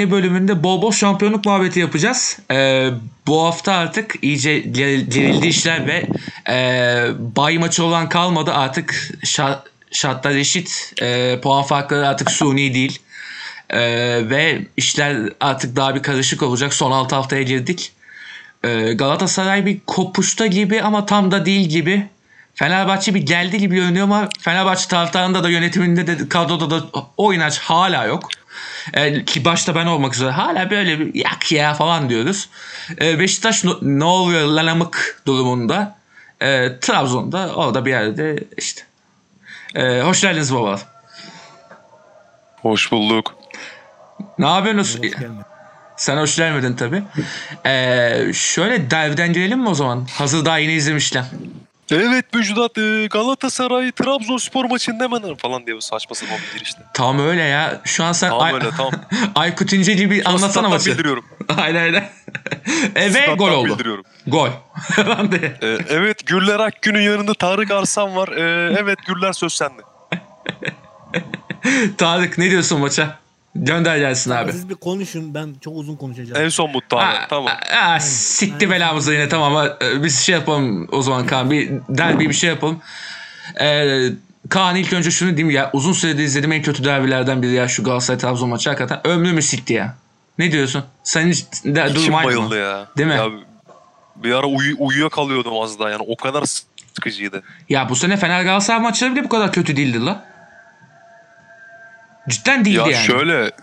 yeni bölümünde bol bol şampiyonluk muhabbeti yapacağız. Bu hafta artık iyice gerildi işler ve bay maçı olan kalmadı. Artık şartlar eşit. Puan farkları artık suni değil. Ve işler artık daha bir karışık olacak. Son 6 haftaya girdik. Galatasaray bir kopuşta gibi ama tam da değil gibi. Fenerbahçe bir geldi gibi görünüyor ama Fenerbahçe taraftarında da yönetiminde de kadroda da o inanç hala yok. Ki başta ben olmak üzere hala böyle bir yak ya falan diyoruz. Beşiktaş ne oluyor lan amık durumunda. Trabzon'da orada bir yerde işte. Hoş geldiniz baba. Hoş bulduk. Ne yapıyorsunuz? Sen hoş gelmedin tabii. Şöyle derbiden girelim mi o zaman? Hazır daha yeni izlemişler. Evet Müjdat, Galatasaray Trabzonspor maçında hemen falan diye bir saçma sapan bir girişte. Tam öyle ya. Şu an sen Tam öyle tam. Aykut İnce gibi anlatsana maçı. Bildiriyorum. Aynen. Ve gol oldu. Bildiriyorum. Gol. Evet, Güller Akgün'ün yanında Tarık Arslan var. Evet, Güller söz sende. Tarık ne diyorsun maça? Gönder gelsin abi. Siz bir konuşun, ben çok uzun konuşacağım. En son mutlu abi. Tamam. Sikti belamızı yine, tamam. Biz şey yapalım o zaman Kaan. Bir derbi bir şey yapalım. Kaan, ilk önce şunu diyeyim ya. Uzun süredir izlediğim en kötü derbilerden biri ya şu Galatasaray Trabzon maçı. Hakikaten ömrümü sikti ya. Ne diyorsun? Sen hiç İçim bayıldı ya. Değil mi? Ya, bir ara uyuyakalıyordum az daha yani. O kadar sıkıcıydı. Ya bu sene Fener Galatasaray maçları bile bu kadar kötü değildi la. Cidden değildi ya yani. Şöyle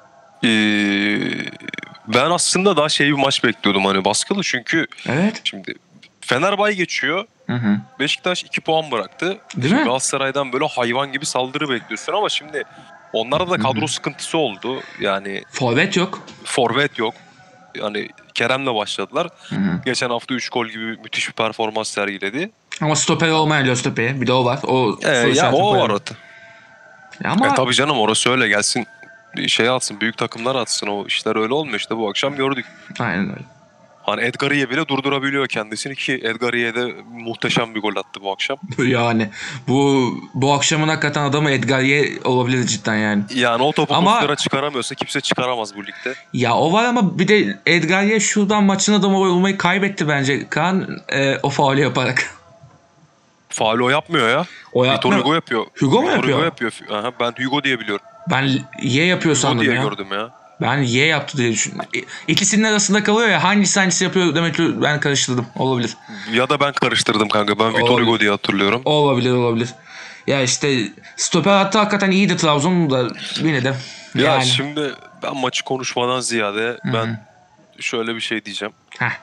ben aslında daha bir maç bekliyordum, hani baskılı, çünkü Evet. şimdi Fenerbahçe geçiyor. Hı. Beşiktaş 2 puan bıraktı. Değil mi? Galatasaray'dan böyle hayvan gibi saldırı bekliyorsun ama şimdi onlarda da kadro sıkıntısı oldu. Yani Forvet yok. forvet yok. Yani Kerem'le başladılar. Hı. Geçen hafta 3 gol gibi müthiş bir performans sergiledi. Ama stoper olmayan Göztepe'ye. Bir de o var. Ya o var. Ama Tabii canım, orası öyle, gelsin bir şey atsın, büyük takımlar atsın, o işler öyle olmuyor işte, bu akşam gördük. aynen öyle. Hani Edgariye bile durdurabiliyor kendisini, ki Edgariye de muhteşem bir gol attı bu akşam. Yani bu akşamın hakikaten adamı Edgariye olabilir cidden yani. Yani o topu Ama Muslera çıkaramıyorsa kimse çıkaramaz bu ligde. ya o var ama bir de Edgariye şuradan maçın adamı olmayı kaybetti bence Kaan, o faulü yaparak. Faul o yapmıyor ya. O yapmıyor. Vitor Hugo yapıyor. Hugo mu Vitor yapıyor? Hugo yapıyor. Aha, ben Hugo diye biliyorum. Ben Y yapıyor Hugo sandım diye ya. gördüm ya. Ben Y yaptı diye düşündüm. İkisinin arasında kalıyor ya, hangisi yapıyor demek ki ben karıştırdım. Olabilir. Ya da ben karıştırdım kanka. Ben Vitor Hugo diye hatırlıyorum. Olabilir. Ya işte stoper hattı hakikaten iyiydi Trabzon'un da yine de. Ya Yani. şimdi ben maçı konuşmadan ziyade ben şöyle bir şey diyeceğim. Heh.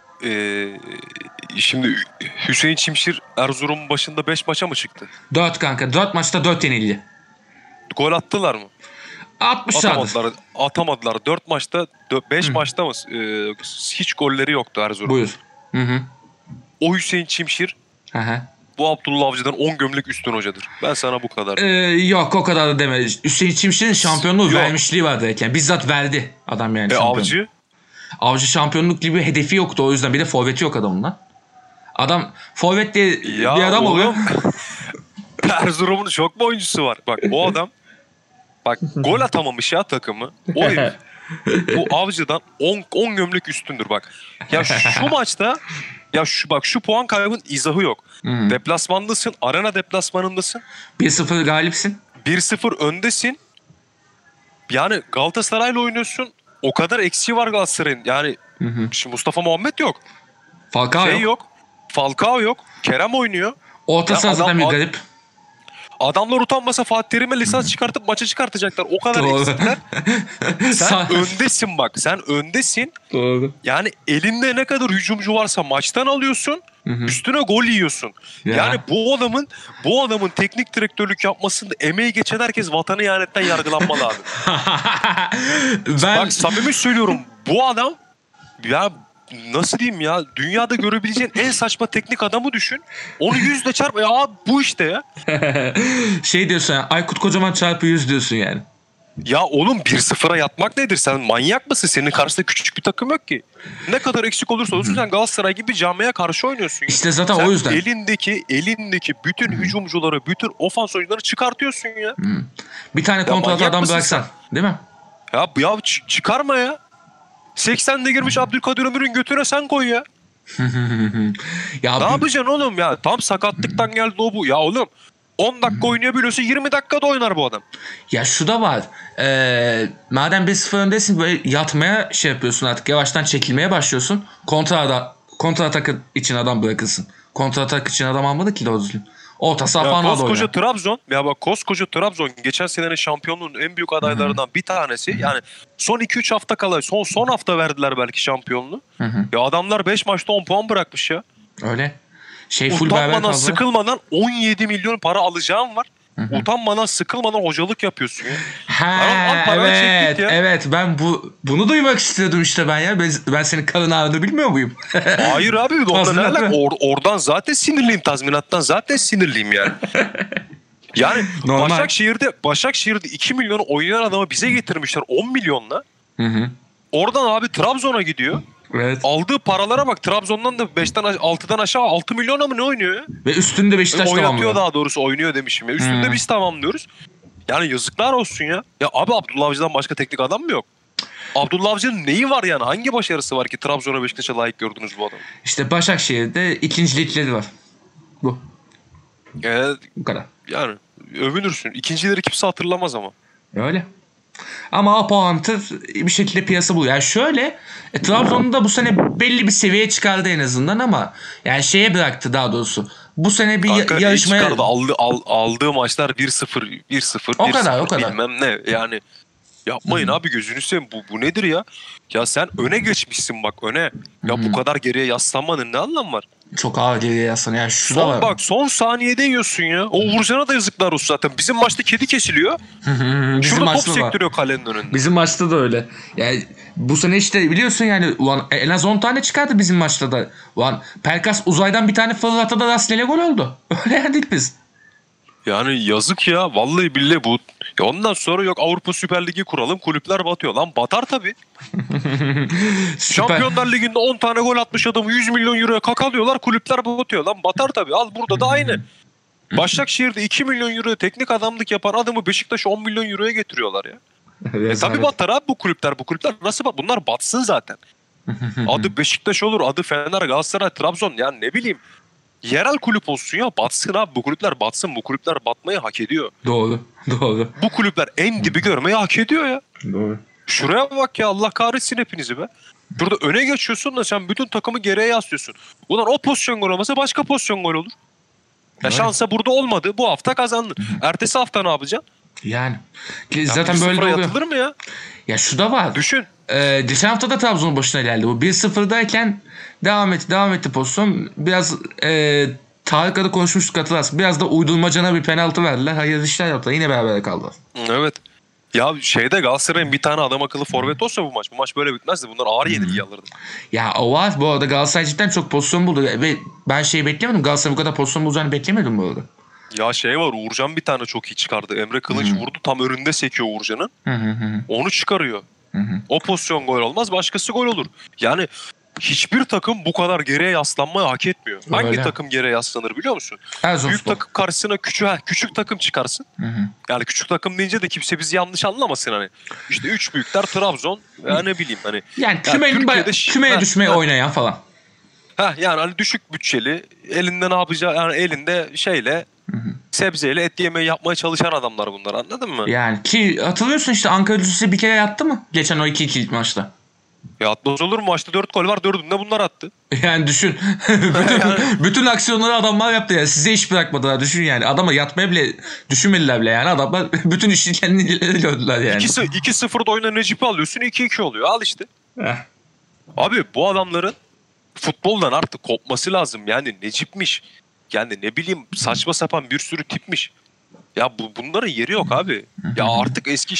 Şimdi Hüseyin Çimşir Erzurum'un başında 5 maça mı çıktı? 4 kanka. 4 maçta 4 yenildi. Gol attılar mı? 60'lardır. Atamadılar. 4 maçta 5 maçta mı hiç golleri yoktu Erzurum. Buyur. Hı. O Hüseyin Çimşir Hı. bu Abdullah Avcı'dan 10 gömlek üstün hocadır. Ben sana bu kadar. Yok o kadar da deme. Hüseyin Çimşir'in şampiyonluğu Yok. vermişliği vardı yani. Bizzat verdi adam yani şampiyonluğu. Avcı? Avcı şampiyonluk gibi bir hedefi yoktu, o yüzden. Bir de forveti yok adamın lan. Adam forvet diye Ya bir adam oluyor. Erzurum'un çok mu oyuncusu var? Bak o adam gol atamamış ya takımı. O herif bu Avcı'dan 10 gömlek üstündür bak. Ya şu maçta şu puan kaybının izahı yok. Deplasmandasın, arena deplasmanındasın. 1-0 galipsin. 1-0 öndesin. Yani Galatasaray'la oynuyorsun. O kadar eksiği var Galatasaray'ın. Yani şimdi Mustafa Muhammed yok. Falcao yok. Falcao yok. Kerem oynuyor. Orta saha zaten bir garip. Adamlar utanmasa Fatih Terim'e lisans çıkartıp maça çıkartacaklar. O kadar Doğru. eksikler. Sen öndesin bak. Sen öndesin. Doğru. Yani elinde ne kadar hücumcu varsa maçtan alıyorsun. Üstüne gol yiyorsun. Ya. Yani bu adamın teknik direktörlük yapmasında emeği geçen herkes vatanı ihanetten yargılanmalı abi. Bak samimi söylüyorum. Bu adam ya nasıl diyeyim ya, dünyada görebileceğin en saçma teknik adamı düşün. Onu 100'le çarp. Ya bu işte ya. Şey diyorsun ya, Aykut Kocaman çarpı 100 diyorsun yani. Ya oğlum 1-0'a yatmak nedir? Sen manyak mısın? Senin karşısında küçük bir takım yok ki. Ne kadar eksik olursa olsun sen Galatasaray gibi bir camiaya karşı oynuyorsun. İşte zaten sen o yüzden. Elindeki bütün hücumcuları, bütün ofans oyuncuları çıkartıyorsun ya. Bir tane kontrat adam bıraksan, değil mi? Ya çıkarma ya. 80'de girmiş Abdülkadir Ömür'ün götüne sen koy ya. Ya Ne yapacaksın oğlum ya? Tam sakatlıktan geldi o bu. Ya oğlum 10 dakika oynayabiliyorsa 20 dakikada oynar bu adam. Ya şu da var. Madem 1-0 öndesin, böyle yatmaya şey yapıyorsun artık. Yavaştan çekilmeye başlıyorsun. Kontra atak için adam bırakırsın. Kontra atak için adam almadı ki doğru düzgün. Orta saha Ya falan aldı koskoca oyuna. Trabzon, ya bak koskoca Trabzon geçen senenin şampiyonluğun en büyük adaylarından bir tanesi. Yani son 2-3 hafta kala son hafta verdiler belki şampiyonluğu. Ya adamlar 5 maçta 10 puan bırakmış ya. Öyle. Full beraber Utanmadan kaldı. sıkılmadan 17 milyon para alacağım var. Utanmadan sıkılmadan hocalık yapıyorsun ya. Al parayı çek Evet, git ya. evet. Ben bunu duymak istiyordum işte ben ya. Ben senin karın ağrını bilmiyor muyum? Hayır abi ondan ne Tazminat alaka? mı? Oradan zaten sinirliyim, tazminattan zaten sinirliyim yani. Yani Normal. Başakşehir'de 2 milyonu oynayan adamı bize getirmişler 10 milyonla. Hı. Oradan abi Trabzon'a gidiyor. Evet. Aldığı paralara bak, Trabzon'dan da 6'dan aşağı 6 milyona mı ne oynuyor ya? Ve üstünde Beşiktaş Oynatıyor tamamlıyor. daha doğrusu, oynuyor demişim ya. Üstünde biz tamamlıyoruz. Yani yazıklar olsun ya. Ya abi Abdullah Avcı'dan başka teknik adam mı yok? Abdullah Avcı'nın neyi var yani? Hangi başarısı var ki Trabzon'a, Beşiktaş'a layık gördünüz bu adamı? İşte Başakşehir'de ikincilikleri var. Bu kadar. Yani övünürsün. İkincileri kimse hatırlamaz ama. Öyle. Ama Apo Hunter bir şekilde piyasa buluyor. Yani şöyle Trabzon'u da bu sene belli bir seviyeye çıkardı en azından ama yani şeye bıraktı daha doğrusu. Bu sene bir Kanka, yarışmaya... çıkardı. Aldığı maçlar 1-0, 1-0, O 1-0 kadar, o kadar. bilmem ne. Yani yapmayın abi, gözünü seveyim. Bu nedir ya? Ya sen öne geçmişsin bak, öne. Ya bu kadar geriye yaslanmanın ne anlamı var? Çok ağır geriye yaslanıyor. Yani şu da var. Son saniyede yiyorsun ya. O Uğurcan'a da yazıklar olsun zaten. Bizim maçta kedi kesiliyor. Bizim Şurada top maçta da var. sektiriyor kalenin önünde. Bizim maçta da öyle. Yani bu sene işte biliyorsun yani ulan en az 10 tane çıkardı bizim maçta da. Ulan Pelkas uzaydan bir tane fırlattı da rastgele gol oldu. Öyle yendik biz. Yani yazık ya. Vallahi billahi bu. Ya ondan sonra yok Avrupa Süper Ligi kuralım, kulüpler batıyor. Lan batar tabii. Şampiyonlar Ligi'nde 10 tane gol atmış adamı 100 milyon euroya kakalıyorlar, kulüpler batıyor. Lan batar tabii. Al burada da aynı. Başakşehir'de 2 milyon euroya teknik adamlık yapan adamı Beşiktaş'a 10 milyon euroya getiriyorlar ya. Tabii batar abi bu kulüpler. Bu kulüpler nasıl bunlar batsın zaten. Adı Beşiktaş olur, adı Fener, Galatasaray, Trabzon, yani ne bileyim. Yerel kulüp olsun ya, batsın abi, bu kulüpler batsın. Bu kulüpler batmayı hak ediyor. Doğru. Bu kulüpler en dibi görmeyi hak ediyor ya. Doğru. Şuraya bak ya, Allah kahretsin hepinizi be. Burada öne geçiyorsun da sen bütün takımı geriye yaslıyorsun. Ulan o pozisyon gol olmasa başka pozisyon gol olur. Ya şansa burada olmadı. Bu hafta kazandın. Ertesi hafta ne yapacaksın? Yani. Ya Zaten böyle de 1-0'a oluyor. yatılır mı ya? Ya şu da var. Düşün. Geçen hafta da Trabzon'un başına geldi. Bu 1-0'dayken devam etti pozisyon. Biraz Tarık'la da konuşmuştuk, hatırlarsın. Biraz da uydurmacana bir penaltı verdiler. Hayır işler yaptılar. Yine beraber kaldılar. Evet. Ya Galatasaray'ın bir tane adam akıllı forvet olsa bu maç böyle bitmezdi. Bunlar ağır yenilgi alırdı. Ya o var. Bu arada Galatasaray cidden çok pozisyon buldu. Ve ben beklemedim. Galatasaray'ın bu kadar pozisyon bulacağını beklemiyordum bu arada. Ya var, Uğurcan bir tane çok iyi çıkardı. Emre Kılıç vurdu, tam önünde sekiyor Uğurcan'ın. Onu çıkarıyor. O pozisyon gol olmaz, başkası gol olur. Yani hiçbir takım bu kadar geriye yaslanmayı hak etmiyor. Hangi Öyle. takım geriye yaslanır biliyor musun? Erzurumspor. Büyük takım karşısına küçük takım çıkarsın. Yani küçük takım deyince de kimse bizi yanlış anlamasın hani. İşte 3 büyükler Trabzon, ya ne bileyim hani. Yani Türkiye'de kümeye düşmeye oynayan falan. Yani hani düşük bütçeli, elinde ne yapacağı, yani elinde sebzeyle et yemeği yapmaya çalışan adamlar bunlar, anladın mı? Yani ki hatırlıyorsun işte Ankara Gücü'sü bir kere yattı mı? Geçen o 2-2 maçta. Ya atmaz olur mu? Maçta 4 gol var, 4'ünü de bunlar attı. Yani düşün. bütün aksiyonları adamlar yaptı yani. Size iş bırakmadılar. Düşün yani. Adama yatmaya bile düşünmediler bile yani. Adamlar bütün işi kendileri gördüler yani. 2-0'da oyuna Necip'i alıyorsun, 2-2 oluyor. Al işte. Abi bu adamların futboldan artık kopması lazım. Yani Necip'miş. Yani ne bileyim saçma sapan bir sürü tipmiş. Ya bunların yeri yok abi. Ya artık eski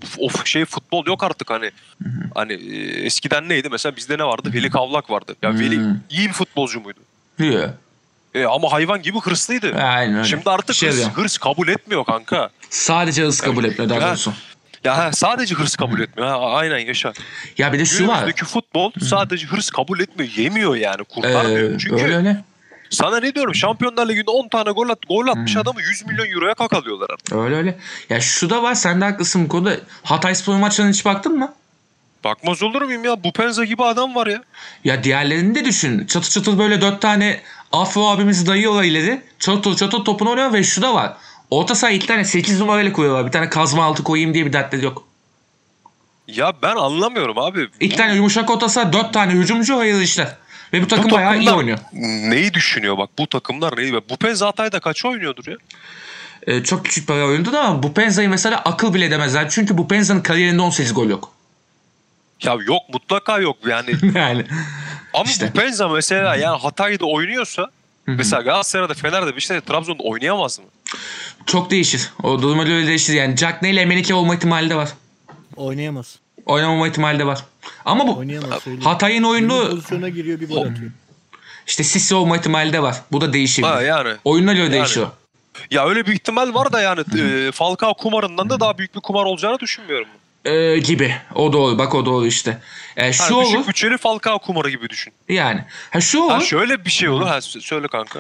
futbol yok artık hani. Hani eskiden neydi? Mesela bizde ne vardı? Veli Kavlak vardı. Ya Veli iyi bir futbolcu muydu? Yok. Ama hayvan gibi hırslıydı. Aynen öyle. Şimdi artık hırs kabul etmiyor kanka. Sadece hız kabul etmiyor daha doğrusu. Ya sadece hırs kabul etmiyor. Aynen yaşa. Ya bir de şu var. Günümüzdeki futbol sadece hırs kabul etmiyor. Yemiyor yani. Kurtarmıyor. Çünkü öyle. Sana ne diyorum? Şampiyonlar Ligi'nde 10 tane gol atmış adamı 100 milyon euroya kakalıyorlar artık. Öyle öyle. Ya şu da var, sen de haklısın bu konuda. Hatayspor maçlarına hiç baktın mı? Bakmaz olur muyum ya? Bu Penza gibi adam var ya. Ya diğerlerini de düşün. Çatır çatır böyle 4 tane Afro abimiz dayıyorlar ileri. Çatır çatır topunu oynuyor ve şu da var. Orta saha ilk tane 8 numarayla koyuyorlar. Bir tane kazma altı koyayım diye bir dertleri yok. Ya ben anlamıyorum abi. İlk tane yumuşak orta saha, 4 tane hücumcu, hayırlı işler. Ve bu takım bayağı iyi oynuyor. Neyi düşünüyor bak, bu takımlar neyi? Bu Penza Hatay'da kaç oynuyordur ya? Çok küçük bir oyundu da ama bu Penza'yı mesela akıl bile demezler. Çünkü bu Penza'nın kariyerinde 18 gol yok. Ya yok, mutlaka yok yani. Yani. Ama İşte. bu Penza mesela yani Hatay'da oynuyorsa mesela Galatasaray'da, Fener'de, Beşiktaş'ta, Trabzon'da oynayamaz mı? Çok değişir. O duruma göre değişir yani. Cagney ile Emenike olma ihtimali de var. Oynayamaz. Oynamama ihtimali de var. Ama bu Oynayamaz söyleyeyim. Hatay'ın Bir oyunu pozisyona giriyor, bir gol atıyor. işte Sissi olma ihtimali de var. Bu da değişebilir. Ha yani. Oyuna göre değişiyor. Ya öyle bir ihtimal var da yani Falcao kumarından da daha büyük bir kumar olacağını düşünmüyorum. Gibi. O doğru. Bak o doğru işte. Şu Yani olur. düşük bütçeli Falcao kumarı gibi düşün. Yani. Şu olur. Ha şöyle bir şey olur. Ha söyle kanka.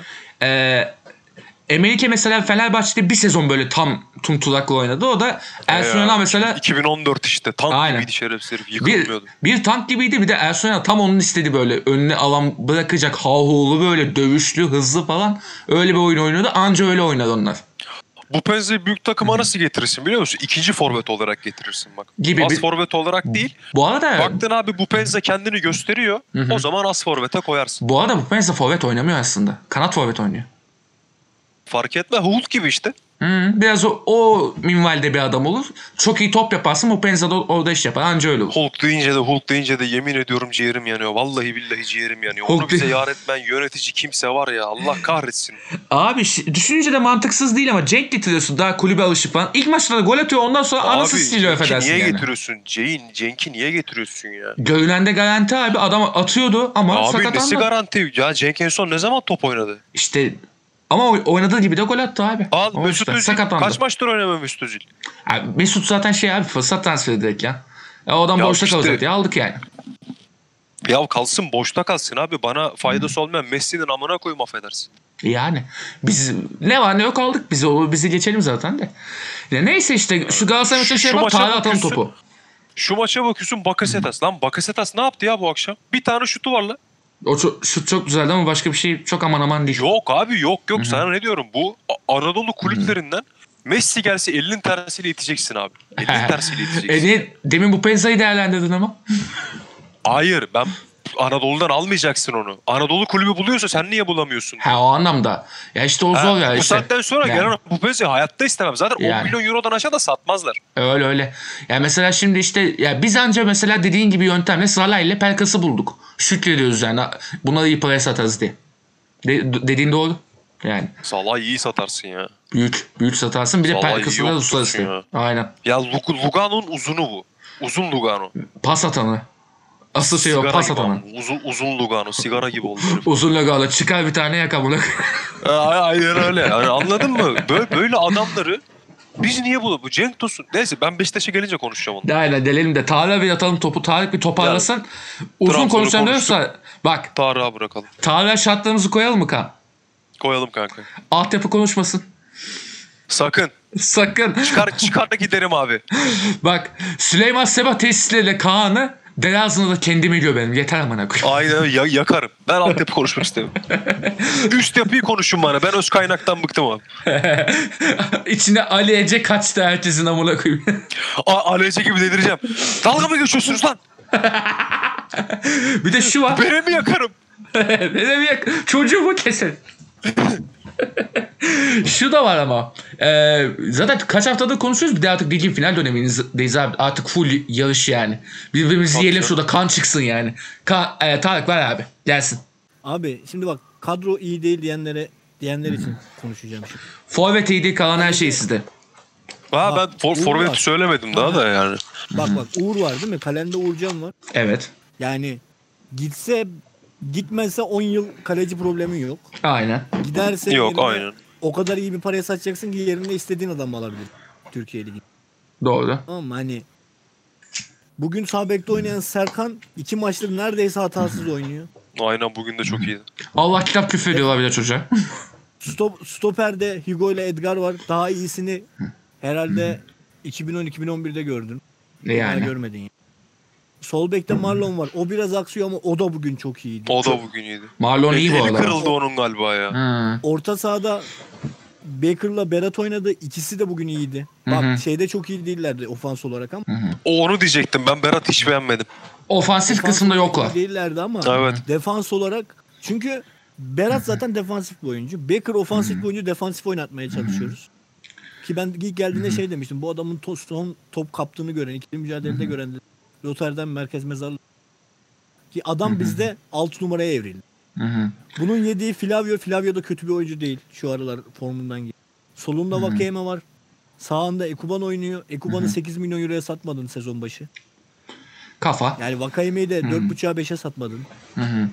Emenike mesela Fenerbahçe'de bir sezon böyle tam tumtulakla oynadı. O da Ersun Yanal mesela 2014 işte tank Aynen. gibiydi şerefsiz herif. Yıkılmıyordu. bir tank gibiydi. Bir de Ersun Yanal tam onun istediği, böyle önüne alan bırakacak, hahulu, böyle dövüşlü, hızlı falan. Öyle bir oyun oynuyordu. Anca öyle oynadı onlar. Bu Penza'yı büyük takıma nasıl getirirsin biliyor musun? İkinci forvet olarak getirirsin bak. Gibi As bir- forvet olarak değil. Bu arada Baktın abi bu Penza kendini gösteriyor. O zaman as forvete koyarsın. bu Penza forvet oynamıyor aslında. Kanat forvet oynuyor. Fark etme, Hulk gibi işte. Biraz o minvalde bir adam olur. Çok iyi top yaparsın. Bu Penza da orada iş yapar. Anca öyle olur. Hulk deyince de yemin ediyorum ciğerim yanıyor. Vallahi billahi ciğerim yanıyor. Hulk Onu bize değil. yar etmen yönetici kimse var ya, Allah kahretsin. Abi düşününce de mantıksız değil ama Cenk getiriyorsun. Daha kulübe alışıp falan. İlk maçta da gol atıyor. Ondan sonra anası siliyor, Cenk'i affedersin niye yani. getiriyorsun? Cenk'i niye getiriyorsun ya? Görünende garanti abi. Adam atıyordu ama Abi nesi sakatlandı. garanti? Ya Cenk en son ne zaman top oynadı? İşte ama oynadığı gibi de gol attı abi. Al O Mesut işte, Özil. sakatlandı. Kaç maçtır oynamıyor Mesut Özil? Abi Mesut zaten abi, fırsat transferi direkt ya. O adam Ya boşta işte- kalacak diye aldık yani. Ya kalsın, boşta kalsın abi. Bana faydası olmayan Messi'nin amına koyayım, affedersin. Yani biz ne var ne yok aldık, bizi geçelim zaten de. Ya neyse işte şu Galatasaray maçı Şu bak, maça Tarık atalım bakıyorsun. topu. Şu maça bakıyorsun, Bakasetas. Lan Bakasetas ne yaptı ya bu akşam? Bir tane şutu var lan. Şut çok güzeldi ama başka bir şey çok aman aman değil. Yok abi yok. Sana ne diyorum? Bu Anadolu kulüplerinden Messi gelse elinin tersiyle iteceksin abi. Elinin tersiyle iteceksin. Niye demin bu Penza'yı değerlendirdin ama? Hayır, ben Anadolu'dan almayacaksın onu. Anadolu kulübü buluyorsa sen niye bulamıyorsun? Ha, o anlamda. Ya işte o zor ya bu işte. saatten sonra Yani. gelen bu Pezzi hayatta istemem. Zaten 10 Yani. milyon eurodan aşağı da satmazlar. Öyle. Ya mesela şimdi işte ya biz anca mesela dediğin gibi yöntemle Salah ile Pelkas'ı bulduk. Şükrediyoruz yani. Bunları iyi paraya satarız diye. Dediğin doğru. Yani Salah'ı iyi satarsın ya. büyük satarsın. Bir de Salah'ı Pelkas'ı iyi da okutursun ustası. ya. Aynen. Ya Lugano'nun uzunu bu. Uzun Lugano. Pas atanı. Asıl şey o, Sigara pas gibi atanı. ama. Uzun Lugano. Sigara gibi oldu herif. Uzun logola çıkar bir tane yaka bunu. Aynen öyle. Yani anladın mı? Böyle adamları biz niye bu Cenk Tosun. Neyse ben Beşiktaş'a gelince konuşacağım onu. Aynen delelim de. Tarık'a bir atalım topu. Tarık bir toparlasın. Uzun Trabzon'u konuşalım diyorsa bak Tarık'a bırakalım. Tarık'a şartlarımızı koyalım mı kan? Koyalım kanka. Altyapı konuşmasın. Sakın. Sakın. Çıkar da giderim abi. Bak Süleyman Seba tesisleriyle Kaan'ı dere ağzında da kendimi yiyor benim. Yeter amına koyayım. Aynen yakarım. Ben altyapı konuşmak istemiyorum. Üst yapıyı konuşun bana. Ben öz kaynaktan bıktım abi. İçine Ali Ece kaçtı herkesin amına koyayım. Alece gibi delireceğim. Dalga mı geçiyorsunuz lan? Bir de şu var. Beni mi yakarım? Ne demek? Çocuğumu kesin. Şu da var ama. Zaten kaç haftadır konuşuyoruz. Bir de artık ligin final dönemindeyiz abi. Artık full yarış yani. Birbirimizi yiyelim şurada, kan çıksın yani. Tarık ver abi. Gelsin. Abi şimdi bak, kadro iyi değil diyenler için konuşacağım şimdi. Forvet iyi değil, kalan her şey sizde. Ben Uğur forvet var. söylemedim daha da yani. Bak Uğur var değil mi? Kalende Uğurcan var. Evet. Yani gitmezse 10 yıl kaleci problemi yok. Aynen. Giderse Yok yerine aynen. o kadar iyi bir paraya satacaksın ki yerine istediğin adamı alabilir Türkiye Ligi. Doğru. Ama hani bugün sağ bekte oynayan Serkan 2 maçtır neredeyse hatasız oynuyor. Aynen, bugün de çok iyiydi. Allah kitap küfür ediyorlar bir de çocuğa. Stoper'de Hugo ile Edgar var. Daha iyisini herhalde 2010-2011'de gördün. Daha Yani. görmedin ya. Sol bekte Marlon var. O biraz aksıyor ama o da bugün çok iyiydi. O da bugün iyiydi. Marlon iyi bu Eli arada. kırıldı onun galiba ya. Hı. Orta sahada Baker'la Berat oynadı. İkisi de bugün iyiydi. Bak Hı hı. şeyde çok iyi değillerdi ofans olarak ama. Onu diyecektim. Ben Berat hiç beğenmedim. Ofansif Defans kısımda olarak yoklar. iyi değillerdi ama Evet. defans olarak çünkü Berat zaten defansif bir oyuncu. Baker ofansif bir oyuncu, defansif oynatmaya çalışıyoruz. Ki ben ilk geldiğinde şey demiştim. Bu adamın son top kaptığını gören, ikili mücadelede gören Rotterdam merkez mezarlığı. Ki adam bizde 6 numaraya evrildi. Hı hı. Bunun yediği Flavio da kötü bir oyuncu değil. Şu aralar formundan geliyor. Solunda Vakayeme var. Sağında Ekuban oynuyor. Ekuban'ı 8 milyon euroya satmadın sezon başı. Kafa. Yani Vakayeme'yi de 4.5'a 5'e satmadın. Hı hı.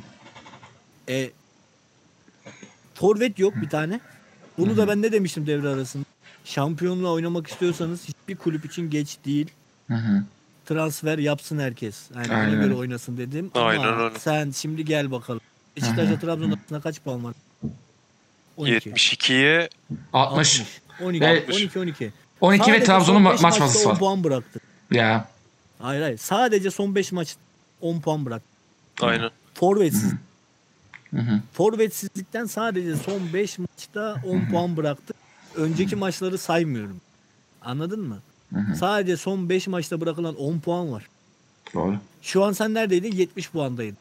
Forvet yok bir tane. Bunu da ben ne demiştim devre arasında. Şampiyonluğa oynamak istiyorsanız hiçbir kulüp için geç değil. Hı hı. Transfer yapsın herkes. Yani ona Aynen. göre oynasın dedim. Aynen Ama öyle. sen şimdi gel bakalım. Beşiktaş'la Trabzon arasında kaç puan var? 12. 72'ye 60. 12. Ve- 12. 12 ve Sadece Trabzon'un son maç beş maçta masası 10 var. puan bıraktı. Ya. Hayır. Sadece son 5 maç 10 puan bıraktı. aynen. Forvetsiz. Hı hı. Forvetsizlikten sadece son 5 maçta 10 puan bıraktı. Önceki maçları saymıyorum. Anladın mı? Sadece son 5 maçta bırakılan 10 puan var. Doğru. Şu an sen neredeydin? 70 puandaydın.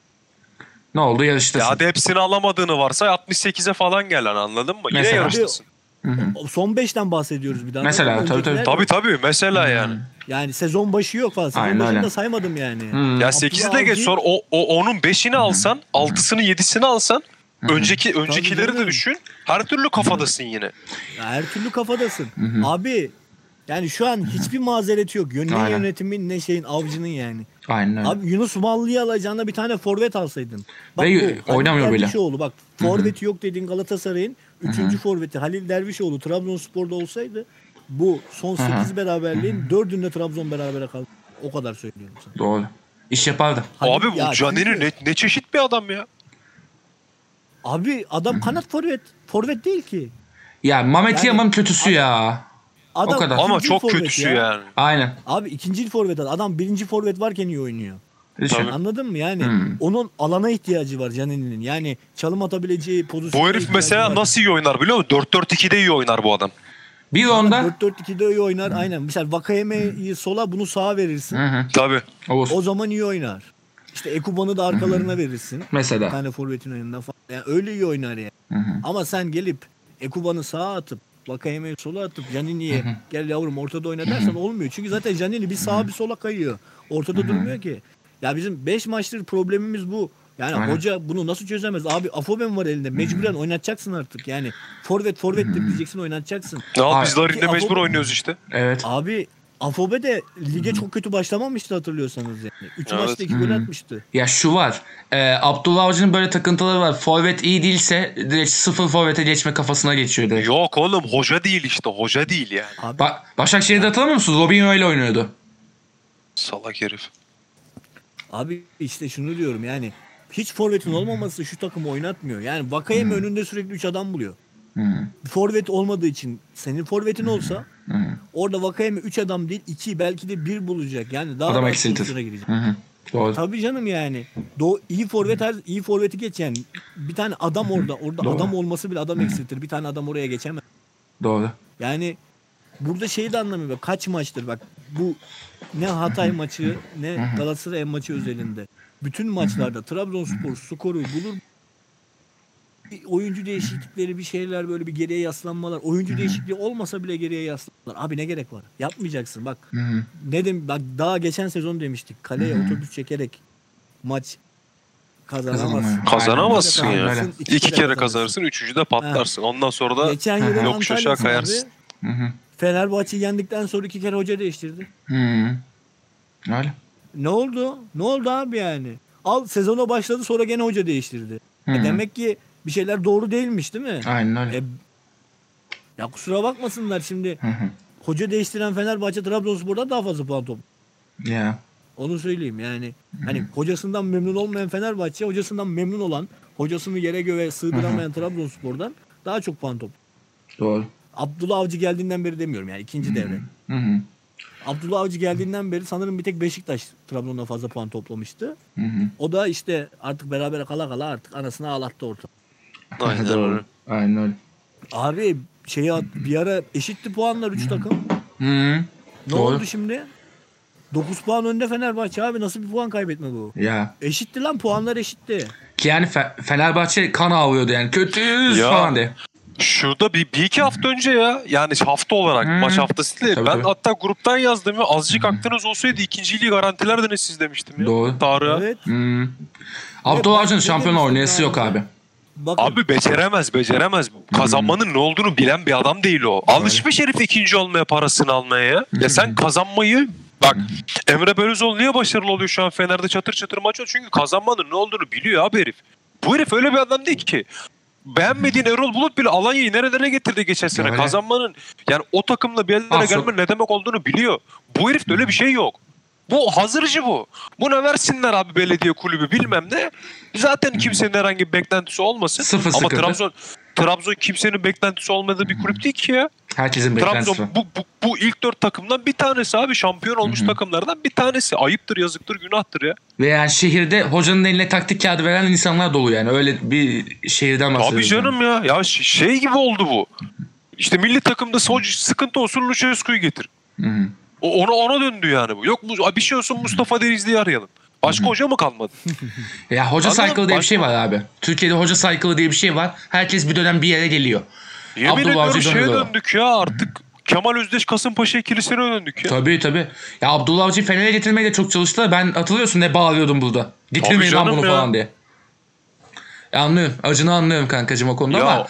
Ne oldu? Ya Yarıştasın. hadi hepsini alamadığını varsa 68'e falan gelen, anladın mı? Yine Mesela. yarıştasın. Son 5'ten bahsediyoruz bir daha. Mesela, Önceki tabii, tabii. nerede? Tabii mesela yani. Yani sezon başı yok falan. Sezon Aynen başını öyle. da saymadım yani. Ya 8'i de geç, sonra onun 5'ini alsan, 6'sını 7'sini alsan, öncekileri de canım. düşün. Her türlü kafadasın yine. Ya her türlü kafadasın. Abi yani şu an hiçbir mazereti yok. Ne Aynen. yönetimin ne şeyin, avcının yani. Aynen öyle. Abi Yunus Mallı'yı alacağına bir tane forvet alsaydın. Bak Ve bu, oynamıyor Halil bile. Dervişoğlu bak forveti yok dediğin Galatasaray'ın 3. forveti Halil Dervişoğlu Trabzonspor'da olsaydı bu son 8 beraberliğin 4'ünde Trabzon berabere kaldı. O kadar söylüyorum sana. Doğru. İş yapardı. Halil- Abi ya bu Canini çünkü- ne çeşit bir adam ya. Abi adam kanat forvet. Forvet değil ki. Ya Mehmet Yani- Yaman'ın kötüsü ya. Adam O kadar. Ama ikinci çok forvet kötüsü ya. yani. Aynen. Abi ikinci forvet adam birinci forvet varken iyi oynuyor. Düşün. Tabii. Anladın mı? Yani onun alana ihtiyacı var Canini'nin. Yani çalım atabileceği pozisyona Bu herif ihtiyacı mesela var. nasıl iyi oynar biliyor musun? 4-4-2'de iyi oynar bu adam. Bir onda. 4-4-2'de iyi oynar. Aynen. Mesela Vakayeme'yi sola bunu sağa verirsin. Hı hı. Tabii. Olur. O zaman iyi oynar. İşte Ekuban'ı da arkalarına verirsin. Bir Mesela. tane forvetin önünden falan. Yani öyle iyi oynar yani. Ama sen gelip Ekuban'ı sağa atıp Vakayeme'yi sola atıp Canini'ye gel yavrum ortada oyna dersen olmuyor. Çünkü zaten Canini bir sağa bir sola kayıyor. Ortada durmuyor ki. Ya bizim 5 maçtır problemimiz bu. Yani Aynen. hoca bunu nasıl çözemez? Abi Afobe mi var elinde? Mecburen oynatacaksın artık. Yani forvettir diyeceksin oynatacaksın. Ne Abi, yap biz Larin'de ki mecbur Apo- oynuyoruz işte. Evet. Abi Afobe de lige çok kötü başlamamıştı hatırlıyorsanız yani. 3 Evet. maçta 2 gol atmıştı. Ya şu var. Abdullah Avcı'nın böyle takıntıları var. Forvet iyi değilse direkt sıfır forvete geçme kafasına geçiyor direkt. Yok oğlum, hoca değil işte, hoca değil yani. Abi, Başakşehir'de hatırlamıyor musunuz? Robinho ile oynuyordu. Salak herif. abi işte şunu diyorum yani hiç forvetin olmaması şu takımı oynatmıyor. Yani Vakayeme önünde sürekli 3 adam buluyor. Forvet olmadığı için senin forvetin olsa orada Vakayeme 3 adam değil 2 belki de 1 bulacak. Yani daha Adam rahat eksiltir. pozisyona girecek. Hı hı. Doğru. Tabii canım yani. İyi forveti geç yani. Bir tane adam orada Doğru. adam olması bile adam eksiltir. Bir tane adam oraya geçemez. Doğru. Yani burada şeyi de anlamıyorum. Kaç maçtır bak bu ne Hatay maçı ne Galatasaray maçı özelinde. Bütün maçlarda Trabzonspor skoru bulur. Bir oyuncu değişiklikleri bir şeyler böyle bir geriye yaslanmalar. Oyuncu değişikliği olmasa bile geriye yaslanmalar. Abi ne gerek var? Yapmayacaksın bak. Bak daha geçen sezon demiştik. Kaleye otobüs çekerek maç kazanamazsın. Kazanamazsın Aynen ya. öyle. İki kere kazanırsın, üçüncüde patlarsın. Ondan sonra da Geçen yıl yokuş aşağı kayarsın. Fenerbahçe yendikten sonra 2 kere hoca değiştirdi. Hı. Öyle. Ne oldu? Ne oldu abi yani? Al sezona başladı sonra gene hoca değiştirdi. Demek ki bir şeyler doğru değilmiş değil mi? Aynen öyle. Ya kusura bakmasınlar şimdi. Hoca değiştiren Fenerbahçe Trabzonspor'dan daha fazla puan topladı. Ya. Onu söyleyeyim yani. Hani hocasından memnun olmayan Fenerbahçe, hocasından memnun olan, hocasını yere göğe sığdıramayan Trabzonspor'dan daha çok puan topladı. Doğru. Abdullah Avcı geldiğinden beri demiyorum yani ikinci devre. Hı hı. Abdullah Avcı geldiğinden beri sanırım bir tek Beşiktaş Trabzon'dan fazla puan toplamıştı. Hı hı. O da işte artık berabere kala kala artık anasını ağlattı orta. Aynen öyle. Doğru. Aynen öyle. Abi bir ara eşitti puanlar 3 takım. Hı hı. Ne Doğru. oldu şimdi? 9 puan önde Fenerbahçe abi, nasıl bir puan kaybetme bu? Ya. Eşitti lan, puanlar eşitti. Ki yani Fenerbahçe kan ağlıyordu yani. Kötüyüz Ya. falan diye. Şurada bir iki hafta önce ya, yani hafta olarak maç haftası değil. Tabii, Ben tabii. hatta gruptan yazdım ya, azıcık aklınız olsaydı ikinciliği garantilerdiniz siz demiştim ya. Doğru. Tarık'a. Evet. Hı. Abdullah Avcı'nın ne şampiyon demiştim oynayası yok daha önce? abi. Bakın, Abi beceremez. Kazanmanın ne olduğunu bilen bir adam değil o. Alışmış herif ikinci olmaya, parasını almaya ya. Ya sen kazanmayı, bak Emre Belözoğlu niye başarılı oluyor şu an Fener'de, çatır çatır maç oluyor? Çünkü kazanmanın ne olduğunu biliyor abi herif. Bu herif öyle bir adam değil ki. Beğenmediğin Erol Bulut bile Alanya'yı nerelere getirdi geçen sene. Öyle. Kazanmanın, yani o takımla bir yerlere Az çok. gelmenin ne demek olduğunu biliyor. Bu herifte öyle bir şey yok. Bu hazırcı bu. Buna versinler abi belediye kulübü bilmem ne. Zaten kimsenin herhangi bir beklentisi olmasın. Sıfır Ama sıkıntı. Trabzon kimsenin beklentisi olmadığı bir kulüp değil ki ya. Herkesin beklentisi Trabzon var. bu ilk 4 takımdan bir tanesi abi. Şampiyon olmuş takımlardan bir tanesi. Ayıptır, yazıktır, günahtır ya. Ve yani şehirde hocanın eline taktik kağıdı veren insanlar dolu yani. Öyle bir şehirden Abi bahsediyoruz. canım ya. Ya şey gibi oldu bu. İşte milli takımda sıkıntı olsun, Lucescu'yu getir. Hı hı. Ona döndü yani bu. Yok bir şey olsun, Mustafa Denizli'yi arayalım. Başka hoca mı kalmadı? Ya hoca Anladın cycle mı? diye bir şey var abi. Türkiye'de hoca cycle diye bir şey var. Herkes bir dönem bir yere geliyor. Yemin Abdullah ediyorum Avcı şeye dönüyor. döndük ya artık. Kemal Özdeş Kasımpaşa ikilisine döndük ya. Tabii. Ya Abdullah Avcı'yı Fener'e getirmeye de çok çalıştılar. Ben hatırlıyorsun ne bağırıyordum burada. Getirmeyin lan canım bunu ya. falan diye. Anlıyorum. Acını anlıyorum kankacığım o konuda Ya. ama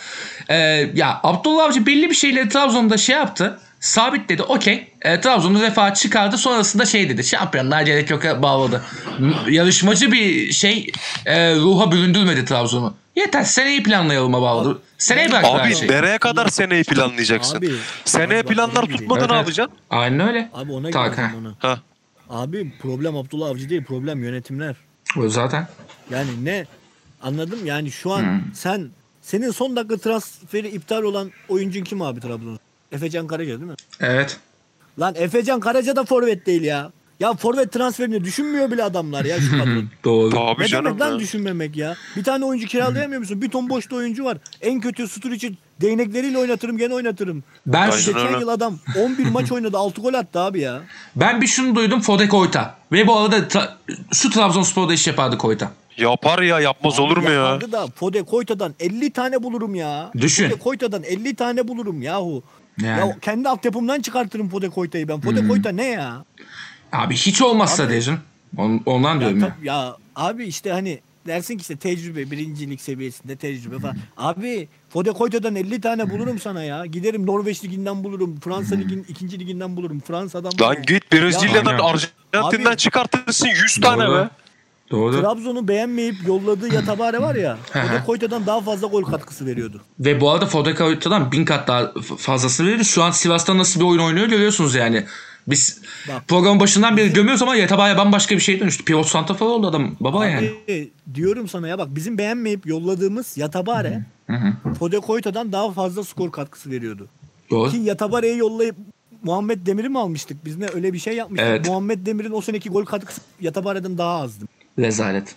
ya Abdullah Avcı belli bir şeyleri Trabzon'da şey yaptı. Sabitledi. Okey. Trabzon'u defa çıkardı. Sonrasında şey dedi. Şampiyonlar gerek yok bağladı. Yarışmacı bir şey ruha büründürmedi Trabzon'u. Yeter. Seneyi planlayalım'a bağladı. Seneyi bıraktı her Abi şeyi. nereye kadar seneyi planlayacaksın? Abi, Seneye abi bak, planlar ona tutmadan Evet, ne evet. yapacaksın? Aynen öyle. Abi ona Tak, geleceğim ha. ona. Ha. Abi problem Abdullah Avcı değil, problem yönetimler. O zaten. Yani ne anladım yani şu an senin son dakika transferi iptal olan oyuncun kim abi Trabzon? Efecan Karaca değil mi? Evet. Lan Efecan Karaca da forvet değil ya. Ya forvet transferini düşünmüyor bile adamlar ya şu kadro. Doğru. Abi Ne canım demek lan ya. düşünmemek ya? Bir tane oyuncu kiralayamıyor musun? Bir ton boşta oyuncu var. En kötü Sturridge'i değnekleriyle oynatırım, gene oynatırım. Ben Aynen Geçen öyle. yıl adam 11 maç oynadı, 6 gol attı abi ya. Ben bir şunu duydum. Fode Koyta. Ve bu arada şu Trabzonspor'da iş yapardı Koyta. Yapar ya, yapmaz olur mu ya? Yapardı da Fode Koyta'dan 50 tane bulurum ya. Düşün. Fode Koyta'dan 50 tane bulurum yahu. Yani. Ya kendi altyapımdan çıkartırım Fode Koyta'yı ben. Fode Koyta ne ya? Abi hiç olmazsa Abi- diyeceğim. Ondan diyorum ya. Ya abi işte hani dersin ki işte tecrübe, birincilik seviyesinde tecrübe falan. Abi Fode Koyta'dan 50 tane bulurum sana ya. Giderim Norveç liginden bulurum. Fransa ligin 2. liginden bulurum. Fransa'dan bulurum. Lan git Brezilya'dan, Ya, Arjantin'den abi- çıkartırsın 100 tane Doğru. be. Doğru. Trabzon'u beğenmeyip yolladığı Yatabare var ya. Fode Koyta'dan daha fazla gol katkısı veriyordu. Ve bu arada Fode Koyta'dan 1000 kat daha fazlasını verir. Şu an Sivas'ta nasıl bir oyun oynuyor görüyorsunuz yani. Biz Bak. programın başından beri gömüyoruz ama Yatabaya bambaşka bir şeye dönüştü. Pivot santrafor oldu adam. Baba yani. Diyorum sana ya bak, bizim beğenmeyip yolladığımız Yatabare Fode Koyta'dan daha fazla skor katkısı veriyordu. Doğru. Ki Yatabare'yi yollayıp Muhammed Demir'i mi almıştık? Biz ne öyle bir şey yapmıştık. Evet. Muhammed Demir'in o seneki gol katkısı Yatabare'den daha azdı. Rezalet.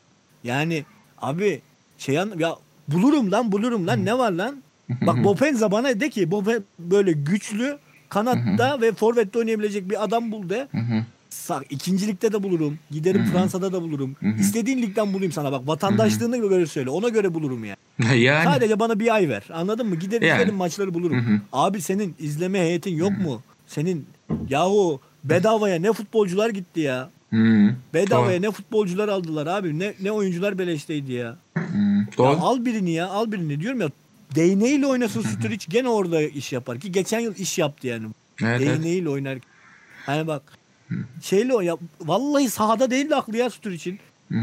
Yani abi ya bulurum lan ne var lan? Bak Bopenza bana de ki böyle güçlü kanatta ve forvette oynayabilecek bir adam bul de. İkincilikte de bulurum. Giderim Fransa'da da bulurum. İstediğin ligden bulayım sana bak. Vatandaşlığını göre söyle. Ona göre bulurum ya. Yani. Sadece bana bir ay ver. Anladın mı? Gider Yani. izlerim maçları bulurum. Abi senin izleme heyetin yok mu? Senin yahu bedavaya ne futbolcular gitti ya. Bedavaya ne futbolcular aldılar abi. Ne oyuncular beleşteydi ya. Doğru. Ya al birini diyorum ya. Değneğiyle oynasın Sturridge gene orada iş yapar ki geçen yıl iş yaptı yani. Evet, evet. Değneğiyle oynar. Hani bak vallahi sahada değildi aklı ya Sturridge'in.